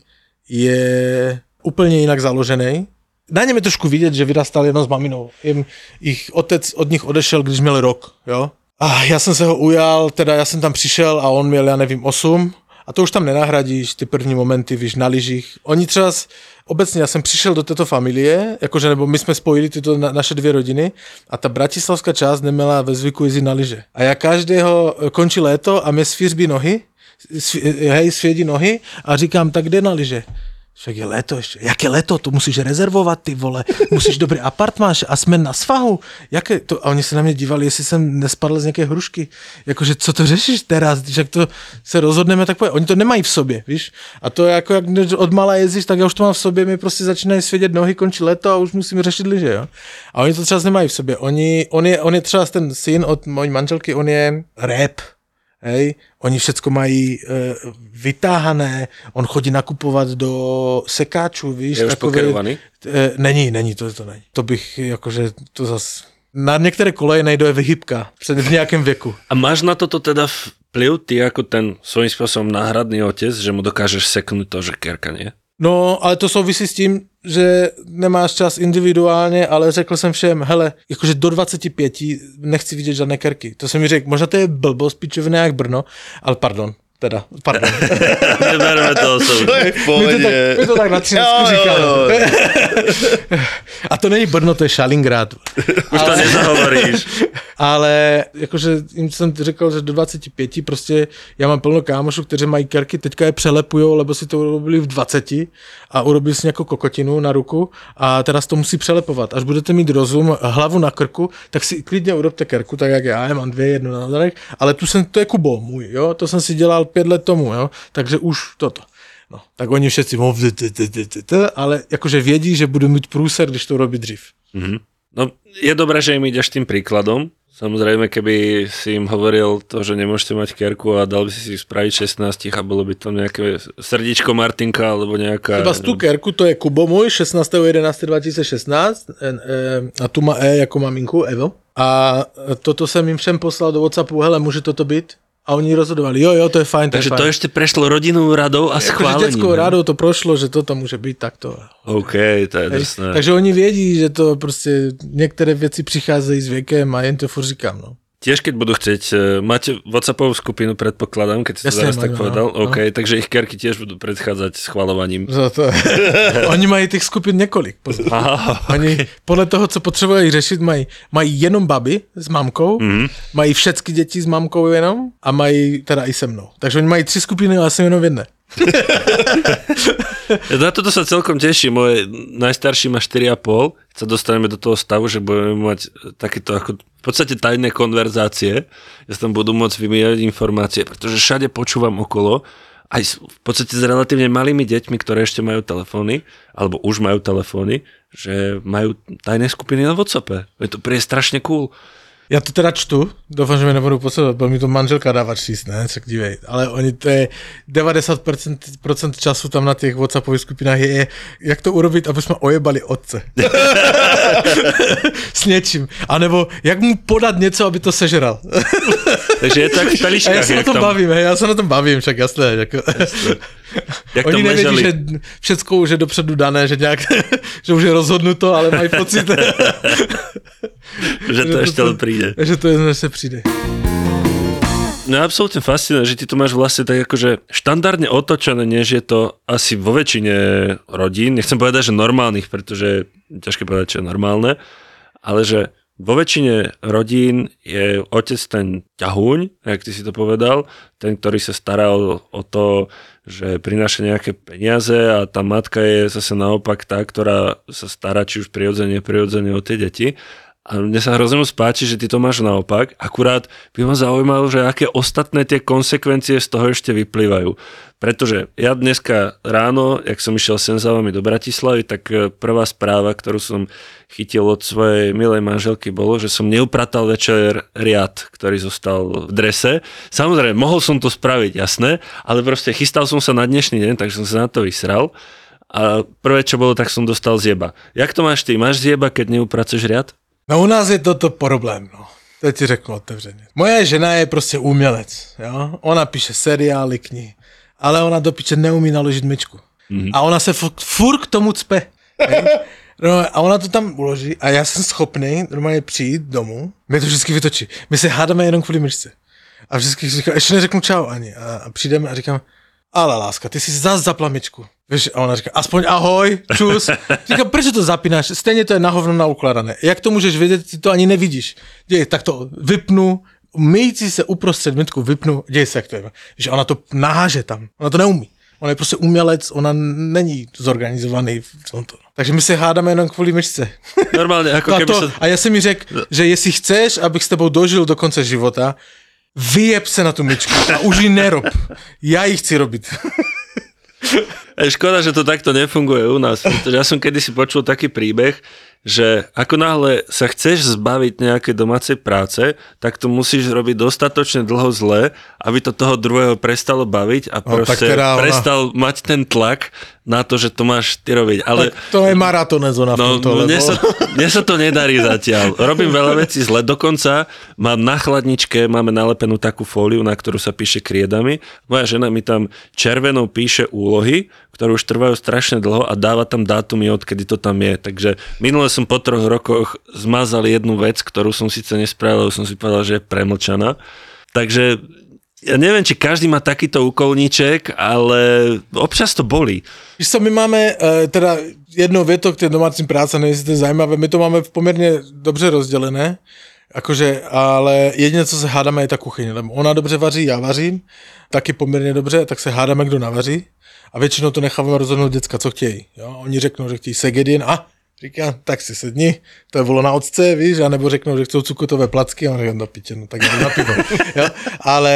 je úplně jinak založený. Na něm je trošku vidět, že vyrastal jenom s maminou. Jim, jich otec od nich odešel, když měl rok, jo. A já jsem se ho ujal, teda já jsem tam přišel a on měl, já nevím, osm. A to už tam nenahradíš, ty první momenty, víš, na lyžích. Oni třeba, obecně, já jsem přišel do této familie, jakože, nebo my jsme spojili tyto na, naše dvě rodiny a ta bratislavská část neměla ve zvyku jezdit na lyže. A já každého končí léto a mě svířbí nohy, svě, hej, svědí nohy a říkám, tak jde na lyže. Však je léto ještě. Jaké léto? To musíš rezervovat, ty vole. Musíš dobrý apartmán a jsme na svahu. Jaké to? A oni se na mě dívali, jestli jsem nespadl z nějaké hrušky. Jakože, co to řešíš teraz? Když jak to se rozhodneme, tak pojď. Oni to nemají v sobě, víš? A to je jako, jak od mala jezdíš, tak já už to mám v sobě, mi prostě začínají svědět nohy, končí léto a už musím řešit lyže, jo? A oni to třeba nemají v sobě. Oni, on, je, on je třeba ten syn od mojí manželky, on je rap. Hej, oni všecko mají e, vytáhané, on chodí nakupovat do sekáčů, víš. Je už pokerovaný? E, není, není, to, to není. To bych, jakože, to zas, Na některé koleje nejde vyhybka v nějakém věku. A máš na toto teda vplyv, ty jako ten svojím způsobem náhradný otec, že mu dokážeš seknout to, že kerka nie? No, ale to souvisí s tím, že nemáš čas individuálně, ale řekl jsem všem, hele, jakože do dvacet pět nechci vidět žádné kerky. To jsem mi řekl, možná to je blbost, pičovina jak Brno, ale pardon. Teda, pardon. Nebereme to osobně. To je v pohodě. My to tak, my to tak na třináctku říkáme. A to není Brno, to je Šalingrad. Už to ale... nezahovoríš. Ale jakože jim jsem řekl, že do dvacet pět prostě já mám plno kámošů, kteří mají kerky, teďka je přelepujou, lebo si to urobili v dvaceti a urobili si nějakou kokotinu na ruku a teraz to musí přelepovat. Až budete mít rozum, hlavu na krku, tak si klidně urobte kerku, tak jak já, já mám dvě, jednu na zadek, ale tu jsem, to je Kubo můj, jo, to jsem si dělal pět let tomu, jo, takže už toto. No, tak oni všetci mluví, ale jakože vědí, že budu mít průser, když to robí dřív. Mm-hmm. No, je dobré, že im ideš tým príkladom. Samozrejme, keby si im hovoril to, že nemôžete mať kerku a dal by si si spraviť šestnásť a bolo by to nejaké srdíčko Martinka alebo nejaká... Třeba z tu kerku, to je Kubo môj, šestnáctého jedenáctého dvetisícšestnásť a tu má E jako maminku, Evo. A toto jsem jim všem poslal do WhatsAppu, hele, může toto být? A oni rozhodovali, jo, jo, to je fajn, to Takže je fajn. to ještě prešlo rodinnou radou a schválením. Jako, dětskou radou to prošlo, že toto může být takto. OK, to je drsné. Takže oni vědí, že to prostě některé věci přicházejí s věkem a jen to furt říkám, no. Tiež keď budú chcieť, máte WhatsAppovú skupinu, predpokladám, keď si to zaraz tak povedal, no, OK, no. Takže ich kerky tiež budú predchádzať schvalovaním. To, to. Oni mají těch skupin několik. Aha, Oni okay. Podle toho, co potřebují řešit, mají, mají jenom baby s mamkou, mm-hmm. mají všetky děti s mamkou jenom a mají teda i se mnou. Takže oni mají tři skupiny a já jsem jenom v jedné. Na toto sa celkom teším. Moje najstarší má štyri a pol. Keď sa dostaneme do toho stavu, že budeme mať takéto ako v podstate tajné konverzácie, že tam budú môcť vymieňať informácie, pretože všade počúvam okolo, aj v podstate s relatívne malými deťmi, ktoré ešte majú telefóny, alebo už majú telefóny, že majú tajné skupiny na WhatsAppe. Je to príde strašne cool. Já to teda čtu, doufám, že mi nebudou posledovat, byl mi to manželka dávat číst, ne, se dívej, ale oni to je devadesát procent času tam na těch WhatsAppových skupinách je, jak to urobit, aby jsme ojebali otce. S něčím. A nebo jak mu podat něco, aby to sežral. Takže je to jak v taličkách. A já se na tom tam... bavím, hej, já se na tom bavím, však jasné. Jako... Jak oni nevědí, že všecko už je dopředu dané, že nějak, že už je rozhodnuto, ale mají pocit, že to ještě to přijde. Že to ještě se přijde. No absolútne fascinuje, že ty to máš vlastne tak akože štandardne otočené, než je to asi vo väčšine rodín. Nechcem povedať, že normálnych, pretože ťažké povedať, čo je normálne, ale že vo väčšine rodín je otec ten ťahuň, jak ty si to povedal, ten, ktorý sa stará o, o to, že prináša nejaké peniaze a tá matka je zase naopak tá, ktorá sa stará či už prirodzene, neprirodzene o tie deti. A mne sa hrozne moc páči, že ty to máš naopak. Akurát by ma zaujímalo, že aké ostatné tie konsekvencie z toho ešte vyplývajú. Pretože ja dneska ráno, jak som išiel sem za vami do Bratislavy, tak prvá správa, ktorú som chytil od svojej milej manželky, bolo, že som neupratal večer riad, ktorý zostal v drese. Samozrejme, mohol som to spraviť, jasné, ale proste chystal som sa na dnešný deň, takže som sa na to vysral. A prvé, čo bolo, tak som dostal zjeba. Jak to máš ty? Máš zjeba, keď neupraceš riad? No u nás je toto problém, no. To ti řeknu otevřeně. Moje žena je prostě umělec, jo. Ona píše seriály, knihy, ale ona do piče neumí naložit myčku. Mm-hmm. A ona se furt, furt k tomu cpe. No, a ona to tam uloží a já jsem schopný normálně přijít domů, mě to vždycky vytočí. My se hádáme jenom kvůli myčce. A vždycky říkám, ještě neřeknu čau ani. A, a přijdeme a říkám, ale láska, ty si zás zapla myčku. Víš, a ona říká, aspoň ahoj, čus. Říkám, proč to zapínáš? Stejně to je na hovno naukladané. Jak to můžeš vědět, ty to ani nevidíš. Děj, tak to vypnu, myjící se uprostřed mytku vypnu, děj se, jak to je. Že ona to naháže tam, ona to neumí. Ona je prostě umělec, ona není zorganizovaný v tomto. Takže my se hádáme jenom kvůli myčce. Normálně, jako keby se... A já jsem mi řekl, že jestli chceš, abych s tebou dožil do konce života, vyjeb se na tu myčku a už ji nerob. Já ji chci robit. Škoda, že to takto nefunguje u nás, pretože ja som kedysi počul taký príbeh, že ako náhle sa chceš zbaviť nejakej domácej práce, tak to musíš robiť dostatočne dlho zle, aby to toho druhého prestalo baviť a proste no, teda prestal ona... mať ten tlak na to, že to máš ty robiť. Ale to je maratónne zóna no, v tomto, lebo... Mne sa, mne sa to nedarí zatiaľ. Robím veľa vecí zle. Dokonca mám na chladničke, máme nalepenú takú fóliu, na ktorú sa píše kriedami. Moja žena mi tam červenou píše úlohy, ktoré už trvajú strašne dlho a dáva tam dátumy, odkedy to tam je. Takže minule som po troch rokoch zmazal jednu vec, ktorú som síce nespravil, som si povedal, že je premlčaná. Takže ja neviem, či každý má takýto úkolníček, ale občas to bolí. Víš co, my máme uh, teda jednou větou k té domácí práce, nejsem to zajímavé, my to máme poměrně dobře rozdělené, akože, ale jediné, co se hádáme, je ta kuchyně, lebo ona dobře vaří, já vařím, taky poměrně dobře, tak se hádáme, kdo navaří a většinou to necháváme rozhodnout děcka, co chtějí. Jo? Oni řeknou, že chtějí segedin a říkám, tak si sedni, to je volo na occe, víš, anebo řeknou, že chcou cukotové placky a on říká, do piče, no tak jdu na pivo. Jo? Ale,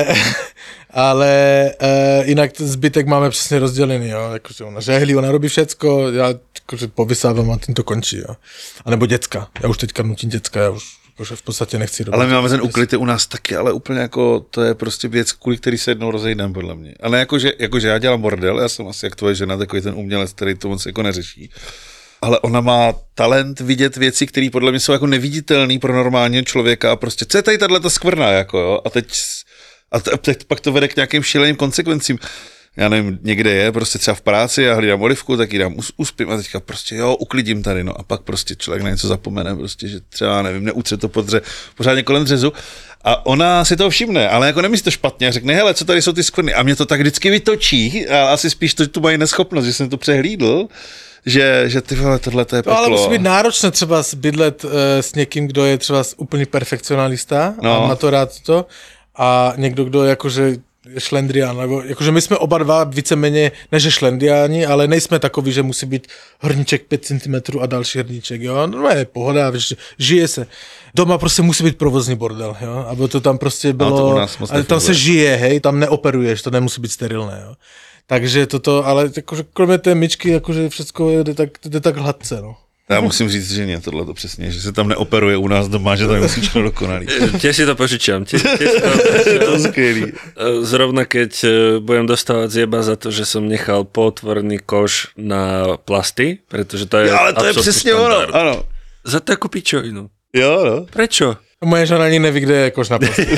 ale e, jinak zbytek máme přesně rozdělený, jo, jakože ona žehlí, ona robí všecko, já jakože povysávám a tím to končí, jo. A nebo děcka, já už teďka nutím děcka, já už jakože v podstatě nechci robit. Ale my máme ten uklid u nás taky, ale úplně jako, to je prostě věc, kvůli který se jednou rozejdem, podle mě. Ale jakože, jakože já dělám bordel, já jsem asi jak tvoje žena, takový ten umělec, který to moc jako neřeší. Ale ona má talent vidět věci, které podle mě jsou jako neviditelné pro normálního člověka a prostě, co je tady tato skvrna, jako jo, a teď, a teď pak to vede k nějakým šíleným konsekvencím. Já nevím, někde je, prostě třeba v práci, já hlídám olivku, tak ji dám, uspím a teďka prostě jo, uklidím tady, no a pak prostě člověk na něco zapomene, prostě, že třeba, nevím, neutře to podře, pořádně kolem dřezu a ona si to všimne, ale jako nemyslí to špatně a řekne, hele, co tady jsou ty skvrny a mě to tak vždycky vytočí a asi spíš to, tu mají neschopnost, že jsem to přehlídl, že, že ty vole, tohle to je peklo. No, ale musí být náročné třeba bydlet uh, s někým, kdo je třeba úplný perfekcionalista no. a má to rád to a někdo, kdo jakože šlendrián, nebo jakože my jsme oba dva víceméně, ne že šlendriáni, ale nejsme takový, že musí být hrníček pět centimetrů a další hrníček, jo, no je pohoda, víš, žije se. Doma prostě musí být provozní bordel, jo, aby to tam prostě bylo, no, ale tam se žije, hej, tam neoperuješ, to nemusí být sterilné, jo. Takže toto, ale jakože kromě té myčky, jakože všechno jde tak, jde tak hladce, no. Já musím říct, že nie, tohle to přesně, že se tam neoperuje u nás doma, že to musí všechno dokonalý. Tiež si to požičiam. Tiež si to požičiam. Zrovna keď budem dostávať zjeba za to, že som nechal potvorný koš na plasty, pretože to je ja, ale to je přesně ono, ano. Za takú pičovinu. Jo, no. Prečo? Moje žena ani neví, kde je koš na plasty.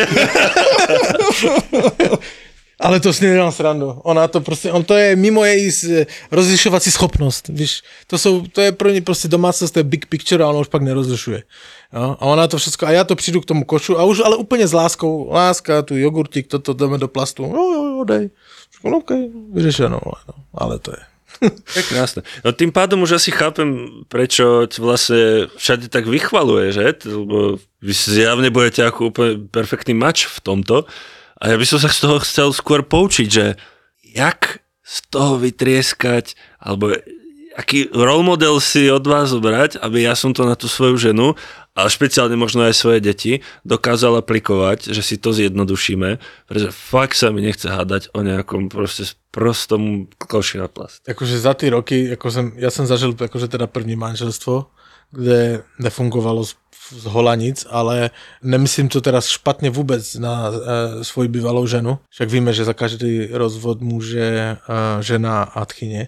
Ale to s ní nedělám srandu. Ona to prostě, on to je mimo její rozlišovací schopnost, víš. To jsou, to je pro ní prostě domácnost, to je big picture a ona už pak nerozlišuje. Jo? A ona to všechno, a já to přijdu k tomu košu a už ale úplně s láskou, láska, tu jogurtík, toto dáme do plastu. Jo, jo, jo, dej. No, OK, vyřešeno, no, ale to je. Je krásne. No tým pádom už asi chápem, prečo vlastne všade tak vychvaluje, že? Lebo vy zjavne budete ako úplne perfektný mač v tomto. A ja by som sa z toho chcel skôr poučiť, že jak z toho vytrieskať, alebo aký role model si od vás zobrať, aby ja som to na tú svoju ženu, ale špeciálne možno aj svoje deti, dokázal aplikovať, že si to zjednodušíme, pretože fakt sa mi nechce hádať o nejakom proste prostom koši na plast. Jakože za ty roky, jako jsem, já jsem zažil jakože teda první manželstvo, kde nefungovalo z, z hola nic, ale nemyslím to teda špatně vůbec na e, svoji bývalou ženu. Však víme, že za každý rozvod může e, žena a tchyně.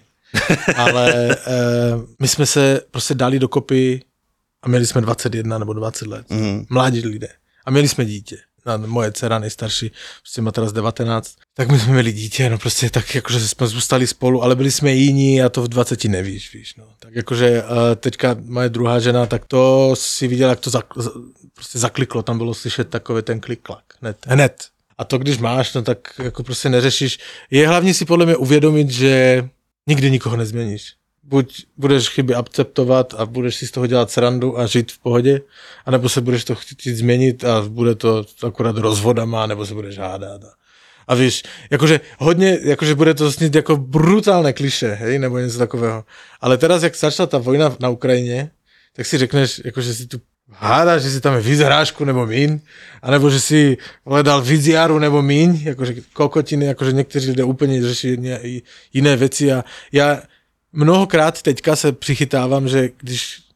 Ale e, my jsme se prostě dali dokopy a měli jsme dvacet jedna nebo dvacet let. Mm. Mladí lidé. A měli jsme dítě. A moje dcera nejstarší, prostě má teraz devatenáct, tak my jsme měli dítě, no prostě tak jakože jsme zůstali spolu, ale byli jsme jiní a to v dvaceti nevíš, víš, no. Tak jakože teďka moje druhá žena, tak to si viděla, jak to zak, prostě zakliklo, tam bylo slyšet takový ten klik-klak, hned, hned. A to když máš, no tak jako prostě neřešíš. Je hlavně si podle mě uvědomit, že nikdy nikoho nezměníš. Buď budeš chyby akceptovat a budeš si z toho dělat srandu a žít v pohodě, anebo se budeš to chtít změnit a bude to akorát rozvodama, nebo se budeš hádat. A víš, jakože hodně, jakože bude to snít jako brutálné kliše, hej, nebo něco takového. Ale teraz, jak začala ta vojna na Ukrajině, tak si řekneš, jakože si tu hádáš, že si tam je víc hrášku nebo míň, anebo že si hledal víc jaru nebo míň, jakože kokotiny, jakože někteří lidé úplně řeší jiné věci a já mnohokrát teďka se přichytávám, že když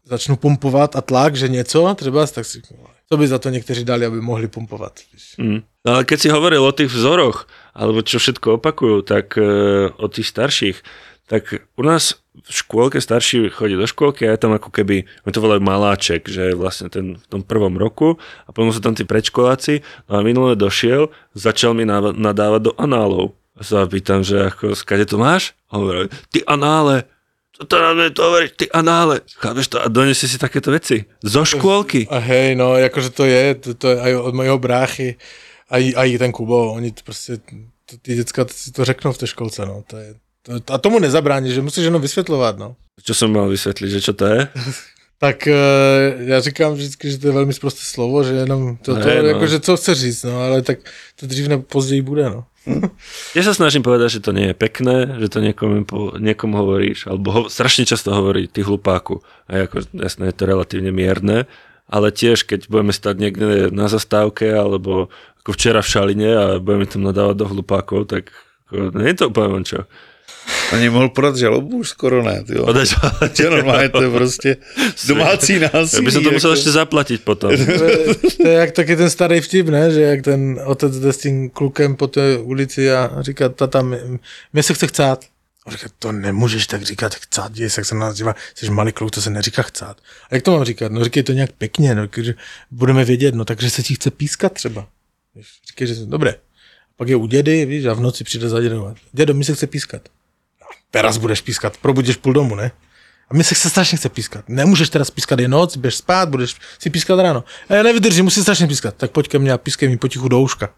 začnu pumpovat a tlak, že něco, třeba, tak si, co by za to někteří dali, aby mohli pumpovat. Mm. No ale keď si hovoril o tých vzoroch, alebo čo všetko opakujú, tak e, o tých starších, tak u nás v škôlke starší chodí do škôlky a je tam ako keby, my to volajú maláček, že je vlastne ten v tom prvom roku a potom sú tam tí predškoláci, no a minulé došiel, začal mi nadávať do análov. A sa pýtam, že ako, skade to máš? A hovorím, ty anále, to nám to hovoríš, ty anále, chápeš to? A donesie si takéto veci zo škôlky. A hej, no, jakože to je, to, to je aj od mojho bráchy, aj, aj ten Kubo, oni to prostě, to, ty děcka si to řeknou v té školce, no, to je, to, a tomu nezabrání, že musíš jenom vysvětlovat, no. Čo som mal vysvětlit, že čo to je? Tak já říkám vždycky, že to je velmi sprosté slovo, že jenom to, to hey, no. jakože co chce říct, no, ale tak to dřív nebo později bude, no. Ja sa snažím povedať, že to nie je pekné, že to niekomu, niekomu hovoríš, alebo ho, strašne často hovorí ty hlupáku. A ako, jasné, je to relatívne mierne, ale tiež, keď budeme stať niekde na zastávke, alebo ako včera v Šaline a budeme tam nadávať do hlupákov, tak ako, nie je to úplne čo. Ani mohl podat žalobu už skoro ne, tyjo. Podat žalobu. Že normálně to je prostě domácí násilí. Ja by som to musel jako... ešte zaplatiť potom. To je jak taky ten starý vtip, ne? Že jak ten otec jde s tím klukem po té ulici a říká, tata, mě se chce chcát. A říká, to nemůžeš tak říkat, chcát, děj, jak se nás dívá, jsi malý kluk, to se neříká chcát. A jak to mám říkat? No říkej to nějak pěkně, no, že budeme vědět, no takže se ti chce pískat třeba. Říkej, že dobré. Pak je u dědy, víš, a v noci přijde za dědou. Dědo, mi se chce pískat. No, teraz budeš pískat, probudíš půl domu, ne? A mi se chce strašně chce pískat. Nemůžeš teraz pískat, je noc, běž spát, budeš si pískat ráno. A já nevydržím, musím strašně pískat. Tak pojď ke mně a pískej mi potichu do uška.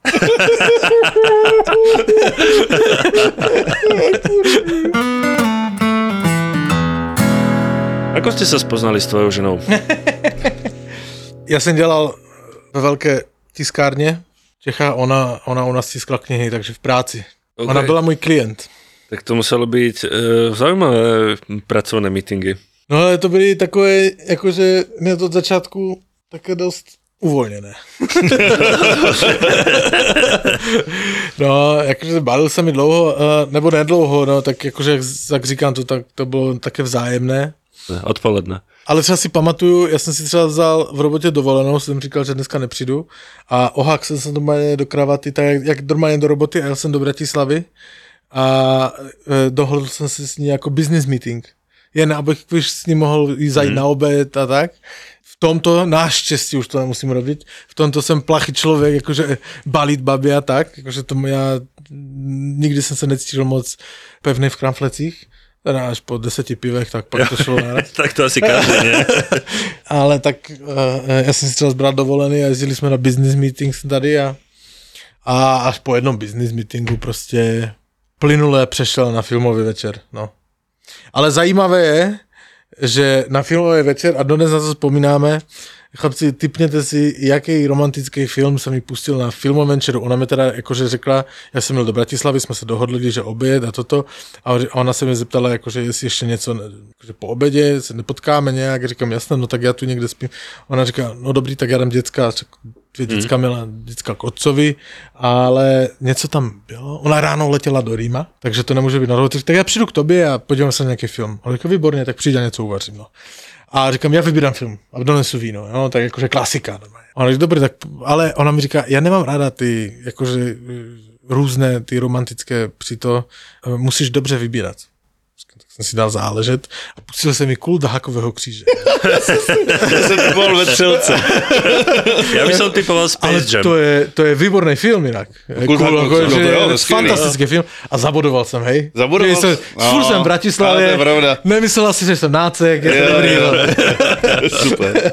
Ako ste sa spoznali s tvojou ženou? Já jsem dělal ve velké tiskárně Čecha, ona, ona u nás tiskla knihy, takže v práci. Okay. Ona byla můj klient. Tak to muselo být e, zaujímavé pracovné meetingy. No ale to byly takové, jakože hned od začátku také dost uvolněné. No, jakože bavil se mi dlouho, nebo nedlouho, no, tak jakože, jak, jak říkám to, tak to bylo také vzájemné. Odpoledne. Ale třeba si pamatuju, já jsem si třeba vzal v robotě dovolenou, jsem říkal, že dneska nepřijdu a ohák jsem se normálně do kravaty, tak jak, jak normálně do roboty a jel jsem do Bratislavy a e, dohodl jsem si s ní jako business meeting. Jen abych s ní mohl jít zajít hmm. na oběd a tak. V tomto, naštěstí už to nemusím robiť, v tomto jsem plachý člověk, jakože balit babě a tak, jakože tomu já nikdy jsem se necítil moc pevný v kramflecích. Teda až po deseti pivech, tak pak to šlo naraz. Tak to asi každý, ne? Ale tak uh, já jsem si třeba zbral dovolený a jezdili jsme na business meetings tady a, a až po jednom business meetingu prostě plynule přešel na filmový večer, no. Ale zajímavé je, že na filmový večer, a dodnes na to vzpomínáme, chlapci, tipněte si, jaký romantický film jsem mi pustil na filmovém večeru. Ona mi teda jakože řekla, já jsem měl do Bratislavy, jsme se dohodli, že oběd a toto. A ona se mě zeptala, jakože jestli ještě něco, jakože po obědě se nepotkáme nějak. Říkám, jasné, no tak já tu někde spím. Ona říká, no dobrý, tak já dám děcka. Dvě děcka mm. měla děcka k otcovi, ale něco tam bylo. Ona ráno letěla do Říma, takže to nemůže být na rohu. Tak já přijdu k tobě a podívám se na nějaký film. Ale jako výborně, tak přijď a něco uvařím, no. A říkám, já vybírám film a donesu víno, jo, tak jakože klasika. Ona říká, dobrý, tak, ale ona mi říká, já nemám ráda ty, jakože různé, ty romantické přito, musíš dobře vybírat. Tak jsem si dal záležet a pustil se mi Kult Hakového kříže. Já jsem typoval ve Třelce. Já bych som typoval Space ale Jam. To je, to je výborný film jinak. Kult Hakového, Cool, no to jo, fantastický film. A zabodoval jsem, hej. Zabodoval jsem. Furt jsem v Bratislavě. Nemyslela si, že jsem nácek. Je to dobrý. Super.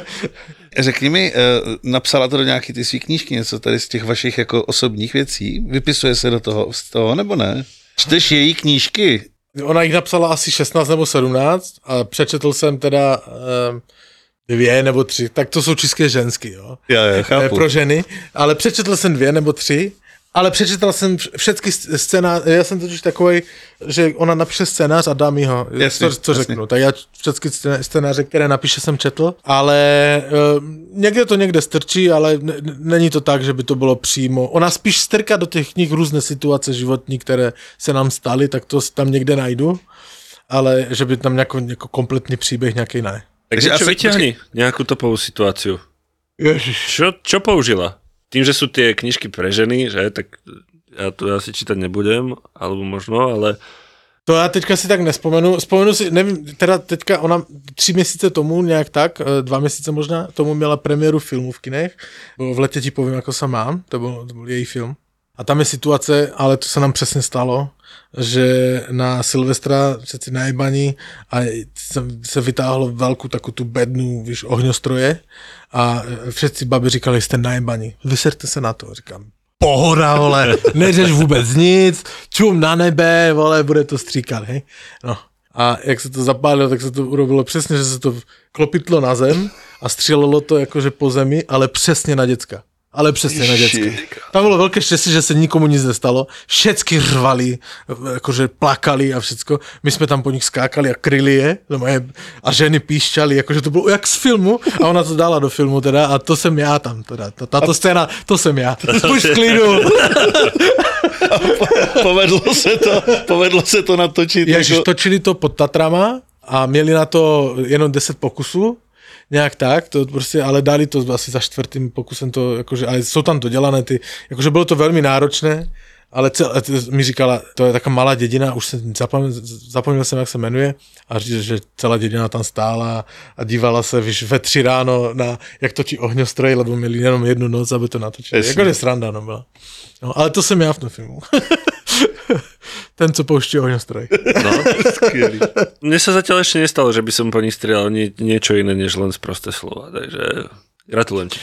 Řekni mi, napsala to do nějaký ty svý knížky, něco tady z těch vašich jako osobních věcí? Vypisuje se do toho, z toho nebo ne? Čteš její knížky? Ona jich napsala asi šestnáct nebo sedmnáct a přečetl jsem teda um, dvě nebo tři, tak to jsou čistě ženský, jo. Já, já chápu. Pro ženy, ale přečetl jsem dvě nebo tři, ale přečetl jsem všechny scénář, já jsem totiž takovej, že ona napíše scénář a dá mi ho, jasně, co, co jasně. řeknu, tak já všechny scénáře, které napíše, jsem četl, ale um, někde to někde strčí, ale n- není to tak, že by to bylo přímo, ona spíš strká do těch knih různé situace životní, které se nám staly, tak to tam někde najdu, ale že by tam nějaký jako kompletní příběh nějaký ne. Tak čo vyťahni nejakú topovú situáciu. Čo, čo použila? Tým, že sú tie knižky pre ženy, že tak ja tu asi čítať nebudem, alebo možno, ale... To já teďka si tak nespomenu. Vzpomenu si, nevím, teda teďka ona tři měsíce tomu, nějak tak, dva měsíce možná, tomu měla premiéru filmu v kinech. V letě ti povím, jako se mám, to byl, to byl její film. A tam je situace, ale to se nám přesně stalo, že na Silvestra všetci najebaní a se vytáhlo velkou takovou tu bednu, víš, ohňostroje a všetci babi říkali, jste najebaní, vyserte se na to, říkám. Pohoda, vole, neřeš vůbec nic, čum na nebe, vole, bude to stříkat, hej. No. A jak se to zapálilo, tak se to urobilo přesně, že se to klopitlo na zem a střílelo to jakože po zemi, ale přesně na děcka. Ale přesně na děcka. Tam bylo velké štěstí, že se nikomu nic nestalo. Všetky rvali, jakože plakali a všecko. My jsme tam po nich skákali a kryli je. A ženy píšťali, jakože to bylo jak z filmu. A ona to dala do filmu teda a to jsem já tam teda. Tato scéna, to jsem já. Buď v klidu. Povedlo se to, povedlo se to natočit. Ježiš, jako... točili to pod Tatrama a měli na to jenom deset pokusů. Nějak tak, to prostě, ale dali to asi za čtvrtým pokusem to, jakože, ale jsou tam dodělané ty, jakože bylo to velmi náročné, ale cel, mi říkala, to je taková malá dědina, už jsem zapomněl, zapomněl jsem, jak se jmenuje, a říct, že celá dědina tam stála a dívala se, víš, ve tři ráno na, jak točí ohňostroj, lebo měli jenom jednu noc, aby to natočili. Jakože sranda, no byla. No, ale to jsem já v tom filmu. Ten, co pouští ohňostroj. No, skvělý. Mne sa zatiaľ ešte nestalo, že by som po nich strieľal nie, niečo iné, než len sprosté slova, takže gratulujem ti.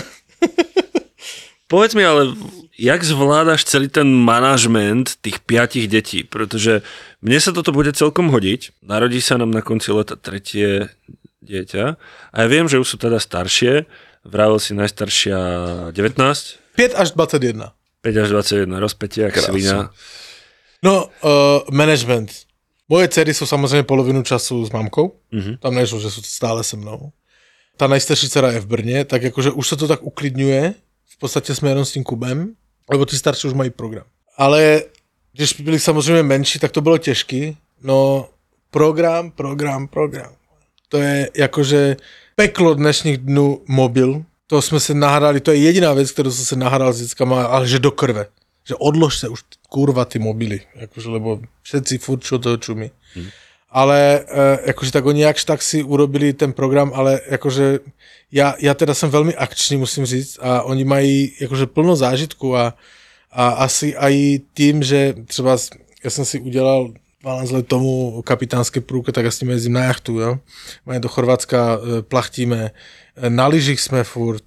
Povedz mi ale, jak zvládaš celý ten manažment tých piatich detí, pretože mne sa toto bude celkom hodiť. Narodí sa nám na konci leta tretie dieťa a ja viem, že už sú teda staršie, vravel si najstaršia devätnásť? päť až dvacet jedna. päť až dvacet jedna, rozpätie jak svina. No, uh, management. Moje dcery jsou samozřejmě polovinu času s mamkou, mm-hmm. tam nejsou, že jsou stále se mnou. Ta nejstarší dcera je v Brně, tak jakože už se to tak uklidňuje, v podstatě jsme jenom s tím Kubem, lebo ty starší už mají program. Ale když byli samozřejmě menší, tak to bylo těžký, no program, program, program. To je jakože peklo dnešních dnů mobil, to jsme se nahrali, to je jediná věc, kterou jsem se nahrál s dětskama, ale že do krve. Že odlož se už kurva ty mobily, jakože, lebo všetci furt čo toho čumí. Hmm. Ale jakože tak oni jakž tak si urobili ten program, ale jakože já, já teda jsem velmi akční, musím říct, a oni mají jakože plno zážitku a, a asi i tím, že třeba já jsem si udělal dvanáct let tomu kapitánské průkaz, tak já s nimi jezdím na jachtu, jo. Máme do Chorvatska, plachtíme, na lyžích jsme furt,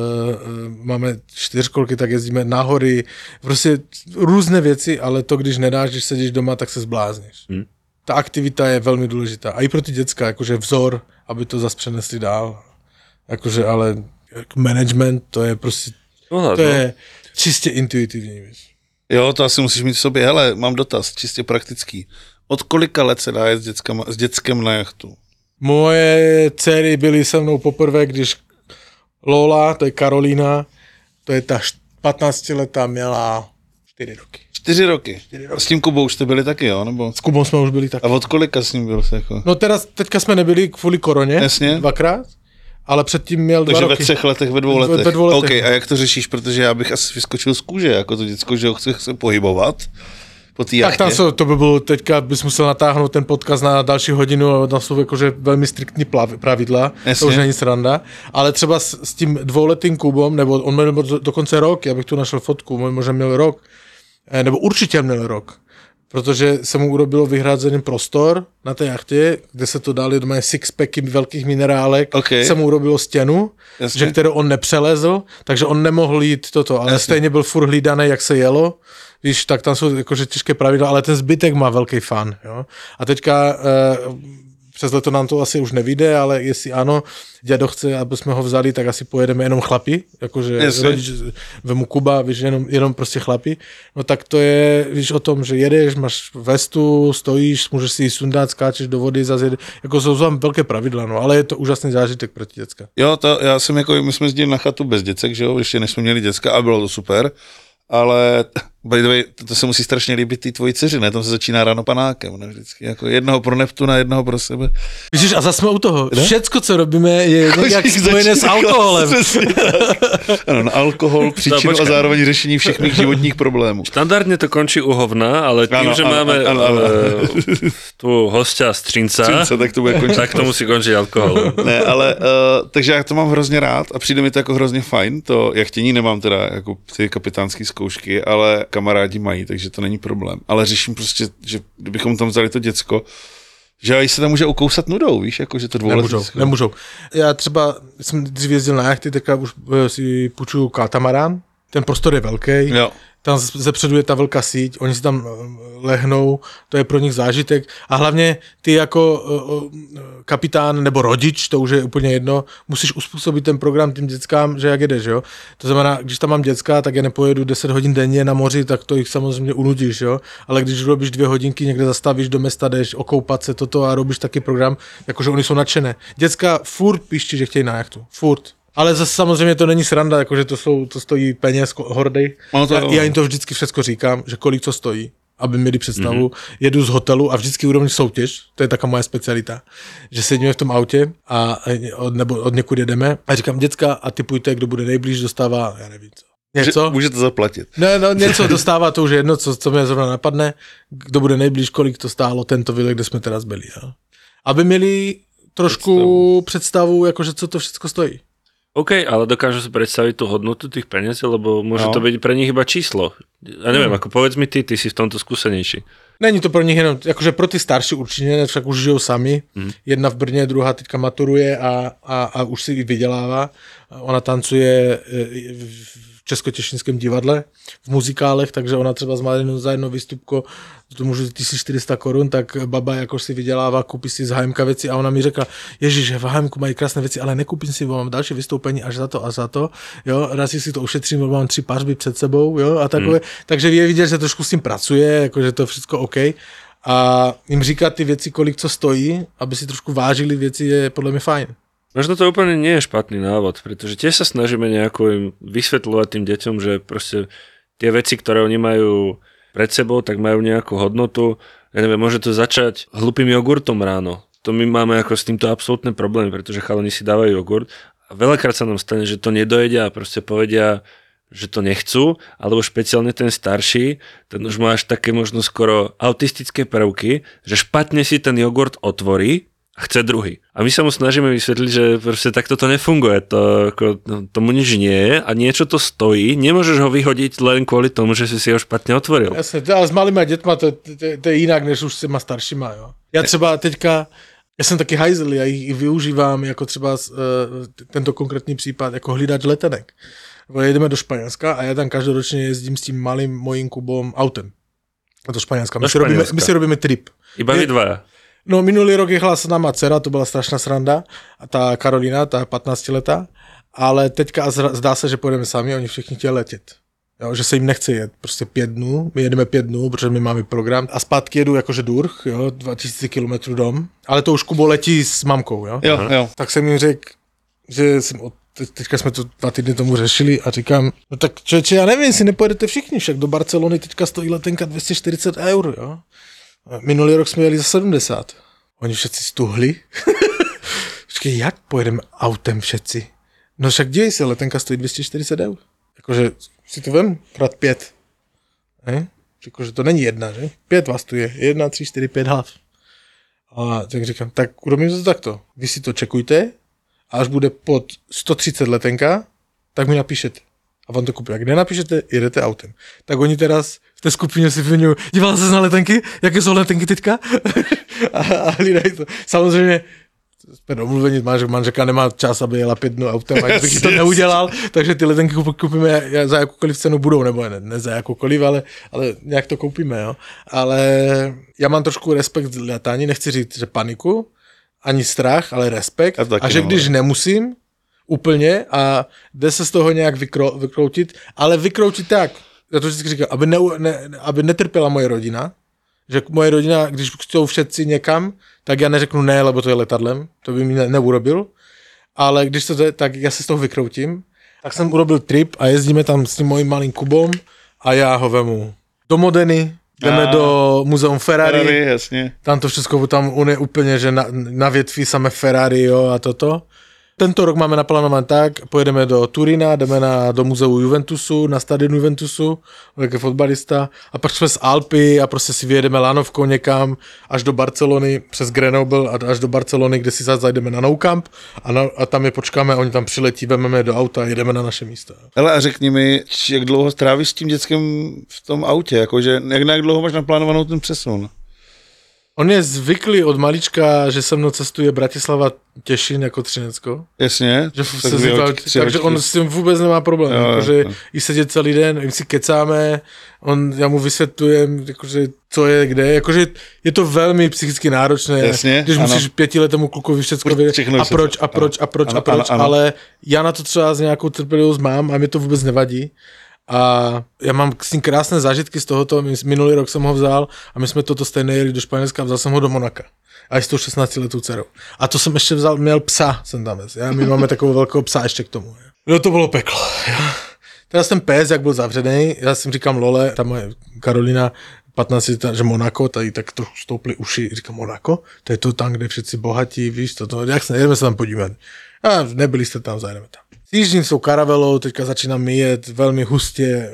máme čtyřkolky, tak jezdíme na hory, prostě různé věci, ale to, když nedáš, když sedíš doma, tak se zblázníš. Hmm. Ta aktivita je velmi důležitá. A i pro ty děcka, jakože vzor, aby to zase přenesli dál. Jakože, ale management, to je prostě, to je čistě intuitivní věc. Jo, to asi musíš mít v sobě. Hele, mám dotaz, čistě praktický. Od kolika let se dá jet s, dětskama, s dětskem na jachtu? Moje dcery byly se mnou poprvé, když Lola, to je Karolína, to je ta patnáctiletá, měla čtyři roky. Čtyři roky? Čtyři roky. S tím Kubou už jste byli taky, jo? Nebo? S Kubou jsme už byli taky. A od kolika s ním byl se jako? No teda, teďka jsme nebyli kvůli koroně, jasně, dvakrát. Ale předtím měl dva takže roky. Takže ve třech letech, ve dvou letech. Ve, ve dvou letech. OK, a jak to řešíš, protože já bych asi vyskočil z kůže, jako to děcko, že ho chce se pohybovat po té jachtě. Tak tam jsou, to by bylo, teďka bys musel natáhnout ten podcast na další hodinu, tam jsou jakože velmi striktní pravidla, jasně, to už není sranda, ale třeba s, s tím dvouletým Kubom, nebo on měl dokonce rok, já bych tu našel fotku, možná měl rok, nebo určitě měl rok. Protože se mu urobilo vyhrazený prostor na té jachtě, kde se to dali doma sixpacky velkých minerálek, okay, se mu urobilo stěnu, jasně, že kterou on nepřelezl, takže on nemohl jít toto, ale jasně, stejně byl furt hlídaný, jak se jelo, víš, tak tam jsou jakože těžké pravidla, ale ten zbytek má velký fan, jo. A teďka e, přes leto nám to asi už nevyjde, ale jestli ano, dědo chce, aby jsme ho vzali, tak asi pojedeme jenom chlapi, jakože rodič vemu Kuba, víš, jenom, jenom prostě chlapi. No tak to je, víš, o tom, že jedeš, máš vestu, stojíš, můžeš si ji sundat, skáčeš do vody, zase jede, jako jsou tam velké pravidla, no, ale je to úžasný zážitek pro ty děcka. Jo, to já jsem jako, my jsme jezdili na chatu bez děcek, že jo, ještě než jsme měli děcka a bylo to super, ale By the way, to, to se musí strašně líbit ty tvoji dceři, ne? Tam se začíná ráno panákem, ne? Vždycky jako jednoho pro Neptuna, jednoho pro sebe. Víš, a zase jsme u toho. Ne? Všecko, co robíme, je nějak spojené s alkoholem. Ano, na alkohol, příčinu a zároveň řešení všech mých životních problémů. Štandardně to končí u hovna, ale tím, ano, že ano, máme ano, ano, ano. tu hostia Střinca, Střinca, tak to bude končit. Tak to musí končit alkohol. Ne, ale uh, takže já to mám hrozně rád a přijde mi to jako hrozně fajn. To jachtění nemám teda jako ty kapitánské zkoušky, ale kamarádi mají, takže to není problém. Ale řeším prostě, že kdybychom tam vzali to děcko, že se tam může ukousat nudou, víš, jako že to dvouletý. Nemůžou, nemůžou. Já třeba jsem dřív jezdil na jachty, teďka už si půjčuju katamarán, ten prostor je velký. Jo. Tam zepředu je ta velká síť, oni si tam lehnou, to je pro nich zážitek a hlavně ty jako kapitán nebo rodič, to už je úplně jedno, musíš uspůsobit ten program tím dětskám, že jak jedeš, jo. To znamená, když tam mám děcka, tak já nepojedu deset hodin denně na moři, tak to jich samozřejmě unudíš, jo. Ale když robíš dvě hodinky, někde zastavíš do města, jdeš okoupat se toto a robíš taky program, jakože oni jsou nadšené. Děcka furt píští, že chtějí na jachtu, furt. Ale zase samozřejmě to není sranda, jakože to, jsou, to stojí peněz hordej. No to, já, já jim to vždycky všechno říkám, že kolik to stojí, aby měli představu. Mm-hmm. Jedu z hotelu a vždycky urovní soutěž, to je taká moje specialita, že sedíme v tom autě a od, nebo od někud jedeme a říkám, děcka, a typujte, kdo bude nejblíž, dostává, já nevím co. Něco? Můžete zaplatit. Ne, no, něco dostává, to už je jedno, co, co mě zrovna napadne, kdo bude nejblíž, kolik to stálo tento výlet, kde jsme teraz byli. Jo? Aby měli trošku představu, představu jakože co to všechno stojí. OK, ale dokážu si predstaviť tú hodnotu tých peniazí, lebo môže no. to byť pre nich iba číslo. Ja neviem, mm. ako povedz mi ty, ty si v tomto skúsenejší. Není to pro nich jenom, jakože pro ty starší určitě, však už žijou sami. Mm. Jedna v Brně, druhá teďka maturuje a, a, a už si vydělává. Ona tancuje v Českotěšínském divadle, v muzikálech, takže ona třeba má za jedno výstupko, to můžu tisíc čtyři sta korun, tak baba jakož si vydělává, koupí si z há emka věci a ona mi řekla, ježiš, v há emku mají krásné věci, ale nekoupím si, mám další vystoupení až za to a za to, jo, raz si to ušetřím, mám tři pařby před sebou, jo, a takové, hmm. takže je vidět, že trošku s tím pracuje, jakože to všechno OK. A jim říkat ty věci, kolik co stojí, aby si trošku vážili věci, je podle mě fajn. Možno to úplne nie je špatný návod, pretože tiež sa snažíme nejako im vysvetľovať tým deťom, že proste tie veci, ktoré oni majú pred sebou, tak majú nejakú hodnotu. Ja neviem, môže to začať hlupým jogurtom ráno. To my máme ako s týmto absolútne problémy, pretože chalani si dávajú jogurt a veľakrát sa nám stane, že to nedojedia a proste povedia, že to nechcú, alebo špeciálne ten starší, ten už má až také možno skoro autistické prvky, že špatne si ten jogurt otvorí a chce druhý. A my sa mu snažíme vysvetliť, že proste takto to nefunguje, to, ako, no, tomu nič nie je a niečo to stojí, nemôžeš ho vyhodiť len kvôli tomu, že si si ho špatně otvoril. Jasne, ale s malými dětma to, to, to, to je jinak, než už s těma staršíma, jo. Já třeba teďka, já jsem taky hajzel, já jich využívám jako třeba uh, tento konkrétní případ, jako hlídač letenek. Jedeme do Španělska a já tam každoročně jezdím s tím malým mojím Kubom autem. Do Španělska. My, si robíme, my si robíme trip. Iba vy dvaja. No minulý rok jela s náma dcera, to byla strašná sranda, a ta Karolina, ta patnáctiletá, ale teďka zdá se, že pojedeme sami, oni všichni chtěli letět. Jo, že se jim nechce jet, prostě pět dnů, my jedeme pět dnů, protože my máme program a zpátky jedu jakože durch, jo, dva tisíce kilometrů dom, ale to už Kubo letí s mamkou, jo. Jo, jo. Tak jsem jim řekl, že jsem od, teďka jsme to dva týdny tomu řešili a říkám, no tak člověče, já nevím, jestli nepojedete všichni, však do Barcelony teďka stojí letenka dvě stě čtyřicet eur, jo. Minulý rok jsme jeli za sedmdesát. Oni všetci stuhli. Počkej, jak pojedeme autem všetci? No však děj se, letenka stojí dvě stě čtyřicet eur. Jakože si to vem, krát pět. Ne? Jakože to není jedna, že? Pět vás tu je. Jedna, tři, čtyři, pět hlav. A tak říkám, tak urobím to takto. Vy si to čekujte a až bude pod sto třicet letenka, tak mi napíšete. A vám to koupí. Jak nenapíšete, jedete autem. Tak oni teraz v té skupině si vyměňují, dívala se na letenky, jaké jsou letenky teďka? a, a hlídají to. Samozřejmě jsme domluveni, manželka nemá čas, aby jela pět dnů autem, a bych to neudělal, takže ty letenky koupíme za jakoukoliv cenu budou, nebo ne, ne za jakoukoliv, ale, ale nějak to koupíme, jo. Ale já mám trošku respekt z letání, nechci říct, že paniku, ani strach, ale respekt. A, a že když nemusím, úplně a jde se z toho nějak vykro, vykroutit, ale vykroutit tak, já to vždycky říkám, aby, ne, ne, aby netrpěla moje rodina, že moje rodina, když chcou všetci někam, tak já neřeknu ne, lebo to je letadlem, to by mi ne, neurobil, ale když to jde, tak já se z toho vykroutím, tak jsem urobil trip a jezdíme tam s tím mojím malým Kubom a já ho vemu do Modeny, jdeme a... do muzeum Ferrari. Ferrari, jasně. Tam to všechno, tam on je úplně, že na, na větví samé Ferrari, jo, a toto. Tento rok máme naplánované tak, pojedeme do Turína, jdeme na, do muzeu Juventusu, na stadion Juventusu, jaký fotbalista, a pak jsme z Alpy a prostě si vyjedeme lanovkou někam až do Barcelony, přes Grenoble a až do Barcelony, kde si zase zajdeme na Nou Camp a, na, a tam je počkáme, oni tam přiletí, vememe je do auta a jedeme na naše místo. Hele, a řekni mi, jak dlouho strávíš s tím dětskem v tom autě, jakože jak, jak dlouho máš naplánovanou ten přesun? On je zvyklý od malička, že se mnou cestuje Bratislava Těšín jako Třinecko. Jasně. Že tak se zvyklý, takže on s tím vůbec nemá problém. Jo, jakože jo. I sedět celý den, my si kecáme, on, já mu vysvětlujem, jakože, co je kde. Jakože je to velmi psychicky náročné, Jasně, když ano. musíš pětiletému klukovi všechno vědět. A proč, a proč, a proč, ano, a proč. ano, ano. Ale já na to třeba z nějakou trpělivost mám a mi to vůbec nevadí. A já mám s ním krásné zážitky z tohoto, minulý rok jsem ho vzal a my jsme toto stejné jeli do Španělska a vzal jsem ho do Monaka. A s tou šestnáctiletou dcerou. A to jsem ještě vzal, měl psa, jsem tam vez. Já, my máme takového velkého psa ještě k tomu. No to bylo peklo. Já. Teraz ten pes, jak byl zavřený, já jsem říkám Lole, ta moje Karolina, patnáct, že Monako, tady tak to stouply uši, říkám Monako, to je to tam, kde všetci bohatí, víš, toto, jak se, jdeme se tam podívat. A nebyli jste tam, zajdeme tam. Jíždím s tou karavelou, teďka začínám míjet velmi hustě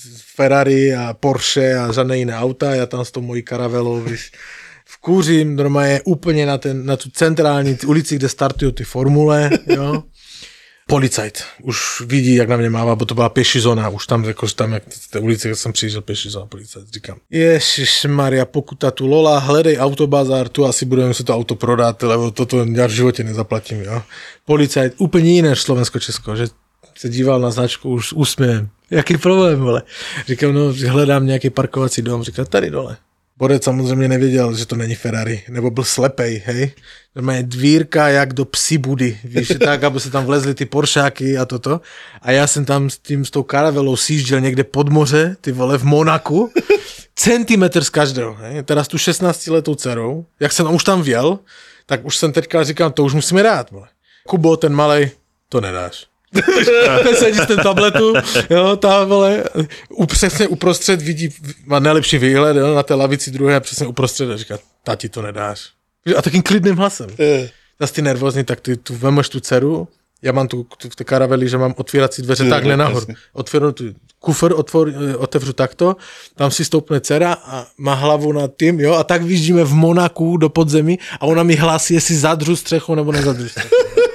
Ferrari a Porsche a žádné jiné auta, já tam s tou mojí karavelou, víš, vkouřím, normálně úplně na, ten, na tu centrální ulici, kde startují ty formule, jo. Policajt už vidí, jak na mě mává, bo to byla pěší zóna, už tam, jakože tam, jak v té ulici, jak jsem přijížděl pěší zóna, policajt, říkám, ježišmarja, pokuta tu Lola, hledej autobazár, tu asi budeme se to auto prodat, lebo toto já v životě nezaplatím, jo. Policajt, úplně jiné než Slovensko-Česko, že se díval na značku už s úsměvem, jaký problém, vole. Říkám, no, hledám nějaký parkovací dom, říkal, tady dole. Borec samozřejmě nevěděl, že to není Ferrari, nebo byl slepej, hej. Normálně dvírka jak do psí budy, víš, tak, aby se tam vlezly ty Poršáky a toto. A já jsem tam s tím, s tou karavelou sjížděl někde pod moře, ty vole, v Monaku, centimetr z každého, hej. Teraz tu šestnáctiletou dcerou, jak jsem už tam vjel, tak už jsem teďka říkal, to už musíme dát, vole. Kubo, ten malej, to nedáš. Ten sedí z ten tabletu, jo, ta vole, přesně uprostřed vidí, má nejlepší výhled, jo, na té lavici druhé a přesně uprostřed a říká, tati, to nedáš. A takým klidným hlasem. Zas ty nervózní, tak ty tu vemeš tu dceru, já mám tu, tu v té karaveli, že mám otvírací dveře je, takhle nahoru. Otvíru tu kufr, otvor, otevřu takto, tam si stoupne dcera a má hlavu nad tím, jo, a tak vyjíždíme v Monaku do podzemí a ona mi hlásí, jestli zadřu střechu nebo nezadřu střechu.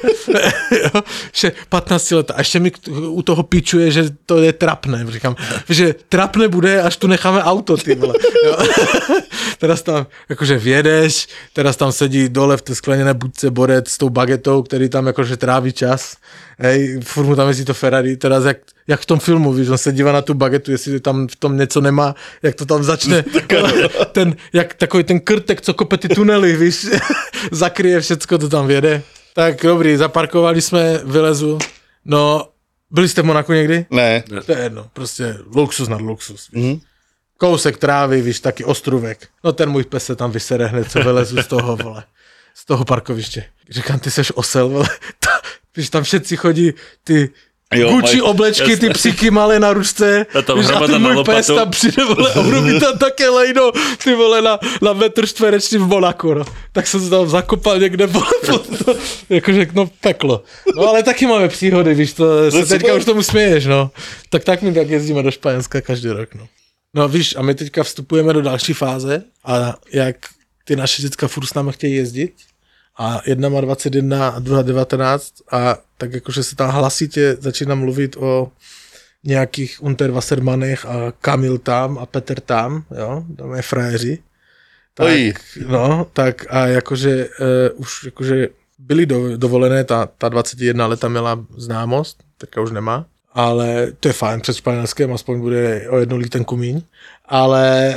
Jo, že patnáct let a ještě mi u toho pičuje, že to je trapné. Říkám, že trapné bude, až tu necháme auto, ty vole. Jo. Teraz tam jakože vjedeš, teraz tam sedí dole v té skleněné budce borec s tou bagetou, který tam jakože tráví čas. Hej, furt mu tam jezdí to Ferrari, teraz jak, jak v tom filmu, víš, on se dívá na tu bagetu, jestli tam v tom něco nemá, jak to tam začne, ten, jak takový ten krtek, co kope ty tunely, víš, zakryje všecko, to tam vjede. Tak dobrý, zaparkovali jsme, vylezu, no, byli jste v Monaku někdy? Ne. To je jedno, prostě luxus nad luxus, víš. Mm. Kousek trávy, víš, taky ostrůvek. No ten můj pes se tam vysere hned, co vylezu z toho, vole, z toho parkoviště. Říkám, ty seš osel, vole, víš, tam všetci chodí, ty jo, Gucci maj, oblečky, jasne. Ty psíky malé na ručce, víš, a ten můj pes tam přijde, vole, a urobí tam také lejno, ty vole, na, na metr čtvereční v Monaku, no. Tak jsem se tam zakopal někde, vole, to, jakože, no, peklo. No, ale taky máme příhody, víš, to se teďka už tomu směješ, no. Tak tak my tak jezdíme do Španělska každý rok, no. No, víš, a my teďka vstupujeme do další fáze a jak ty naše děcka furt s námi chtějí jezdit, a jedna má dvacet jedna a druhá devatenáct a tak jakože se tam hlasitě začíná mluvit o nějakých Unterwassermanech a Kamil tam a Petr tam, jo, tam je frajeři. Tak, no, tak a jakože uh, už jakože byli do, dovolené, ta, ta dvacet jedna leta měla známost, teďka už nemá, ale to je fajn, před Španělskem aspoň bude o jednu lítenku míň, ale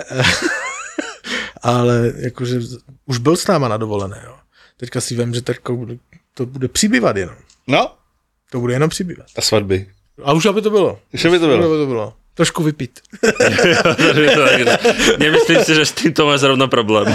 ale jakože už byl s náma na dovolené, jo. Teďka si vím, že teďka to bude přibývat jenom. No. To bude jenom přibývat. A svatby. A už aby to bylo. Už aby to bylo. Už aby to bylo. Trošku vypít. Nemyslím si, že s týmto máš zrovna problém.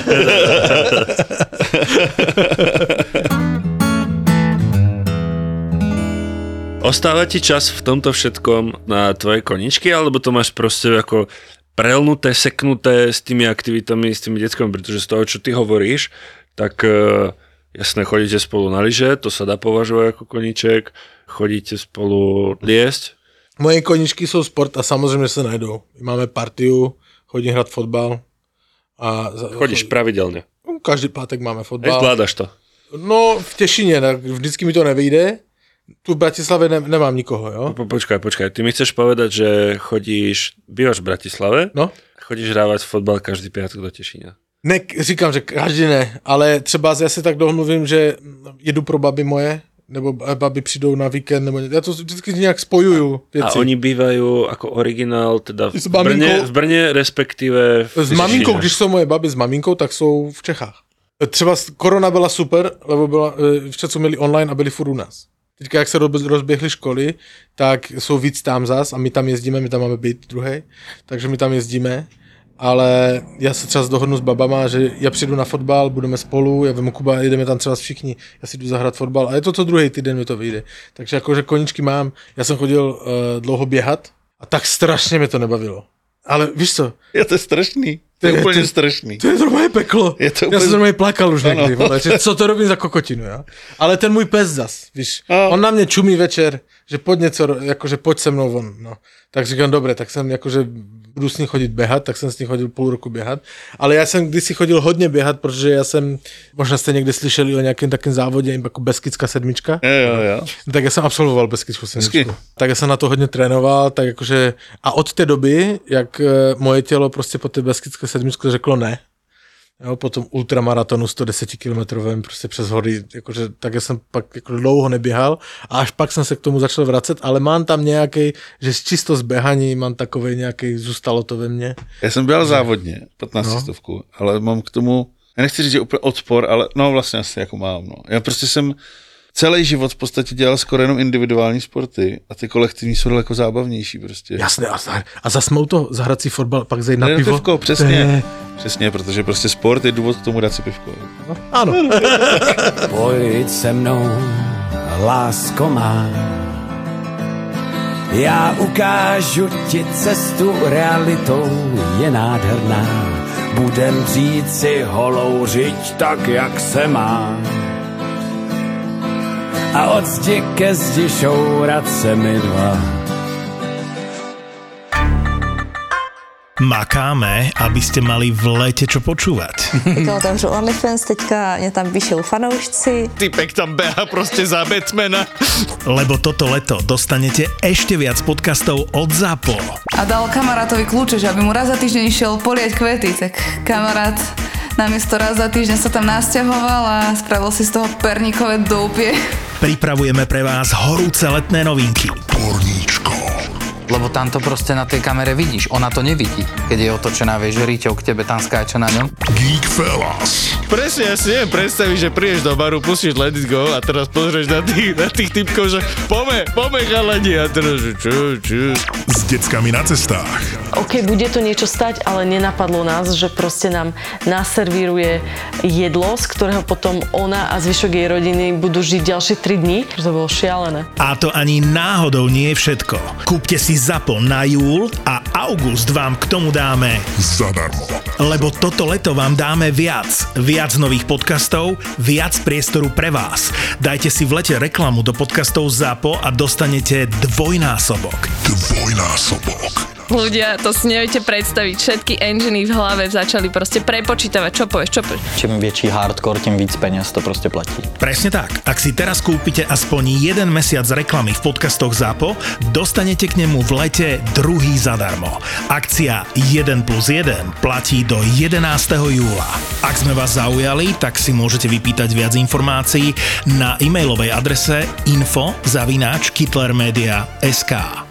Ostáva ti čas v tomto všetkom na tvoje koničky, alebo to máš proste ako prelnuté, seknuté s tými aktivitami, s tými deckami, pretože z toho, čo ty hovoríš, tak uh, jasné, chodíte spolu na lyže, to sa dá považovať ako koníček, chodíte spolu liesť. Moje koničky jsou sport a samozřejmě se najdou. Máme partiu, chodím hrát fotbal. A Chodíš pravidelně? Každý pátek máme fotbal. Jak zvládáš to? No v Těšíně, tak vždycky mi to nevyjde. Tu v Bratislave ne, nemám nikoho, jo? Po, počkaj, počkaj, ty mi chceš povedať, že chodíš, bývaš v Bratislave, no? Chodíš hrávať fotbal každý piatok do Těšína. Ne, říkám, že každý ne, ale třeba já si tak domluvím, že jedu pro baby moje, nebo baby přijdou na víkend, nebo já to vždycky nějak spojuju věci. A oni bývají jako originál teda v Brně, v Brně respektive v S maminkou, když jsou moje baby s maminkou, tak jsou v Čechách. Třeba korona byla super, lebo byla, v Česu měli online a byli furt u nás. Teďka, jak se rozběhly školy, tak jsou víc tam zas a my tam jezdíme, my tam máme byt druhý, takže my tam jezdíme. Ale já se třeba dohodnu s babama, že já přijdu na fotbal, budeme spolu, já vemu Kuba, jedeme tam třeba všichni, já si jdu zahrát fotbal a je to co druhý týden mi to vyjde. Takže jakože koníčky mám, já jsem chodil uh, dlouho běhat a tak strašně mě to nebavilo. Ale víš co? Je to strašný. To je, je úplně to, strašný. To je normálně peklo. Je to úplně... Já jsem normálně plakal už někdy, vole, že co to robím za kokotinu, ja? Ale ten můj pes zas, víš, no. On na mě čumí večer, že pojď něco, jakože pojď se mnou von, no. Tak říkám, dobré, tak jsem jakože budu s ním chodit běhat, tak jsem s ním chodil půl roku běhat. Ale já jsem kdysi chodil hodně běhat, protože já jsem, možná jste někdy slyšeli o nějakém takém závodě, jako Beskidská sedmička. Jo, jo, jo. Tak já jsem absolvoval Beskidskou sedmičku. Tak já jsem na to hodně trénoval, tak jakože, a od té doby, jak moje tělo prostě po té Beskidské sedmičce řeklo ne, jo, po tom ultramaratonu sto deset kilometrovém prostě přes hory, jakože, tak já jsem pak jako dlouho neběhal a až pak jsem se k tomu začal vracet, ale mám tam nějaký, že čisto z běhaní mám takovej nějaký, zůstalo to ve mně. Já jsem běhal závodně, patnáctistovku, no. Ale mám k tomu, já nechci říct, že úplně odpor, ale no vlastně asi jako mám, no. Já prostě jsem celý život v podstatě dělal skoro jenom individuální sporty a ty kolektivní jsou daleko zábavnější prostě. Jasné, a, a zasmou to zahrát si fotbal, pak zajít na ne, pivo. Pivko, přesně, přesně, protože prostě sport je důvod k tomu dát si pivko. No, ano. Pojď se mnou, lásko má, já ukážu ti cestu, realitou je nádherná, budem říct si holou řiď tak, jak se má. A od zdi ke zdi šourat se mi dva. Makáme, aby ste mali v lete čo počúvať. Teďka otevřu OnlyFans, teďka mě tam vyšel fanoušci. Typek tam beha proste za Batmana. Lebo toto leto dostanete ešte viac podcastov od ZAPO. A dal kamarátovi kľúče, že aby mu raz za týždeň išiel poliať kvety, tak kamarát namiesto raz za týždeň sa tam nasťahoval a spravil si z toho perníkové doupie. Pripravujeme pre vás horúce letné novinky. Porníčko. Lebo tam to proste na tej kamere vidíš, ona to nevidí. Keď je otočená, vieš, Ríťou k tebe tam skáče na ňom. Geekfellas. Presne, ja si neviem predstaviť, že prídeš do baru, pustíš Let It Go a teraz pozrieš na tých, na tých typkov, že pome, pome chalani a teraz, že čo, čo. S deckami na cestách. OK, bude to niečo stať, ale nenapadlo nás, že proste nám naservíruje jedlo, z ktorého potom ona a zvyšok jej rodiny budú žiť ďalšie tri dni. To bolo šialené. A to ani náhodou nie je všetko. Kúpte si ZAPO na júl a august vám k tomu dáme zadarmo. Lebo toto leto vám dáme viac. Viac nových podcastov, viac priestoru pre vás. Dajte si v lete reklamu do podcastov ZAPO a dostanete dvojnásobok. Dvojnásobok. Ľudia, to si neviete predstaviť. Všetky enginy v hlave začali proste prepočítavať. Čo povieš, čo povieš? Čím väčší hardcore, tým víc peniaz to proste platí. Presne tak. Ak si teraz kúpite aspoň jeden mesiac reklamy v podcastoch ZAPO, dostanete k nemu v lete druhý zadarmo. Akcia jeden plus jeden platí do jedenásteho júla. Ak sme vás zaujali, tak si môžete vypýtať viac informácií na e-mailovej adrese info zavináč kitlermedia bodka es ká.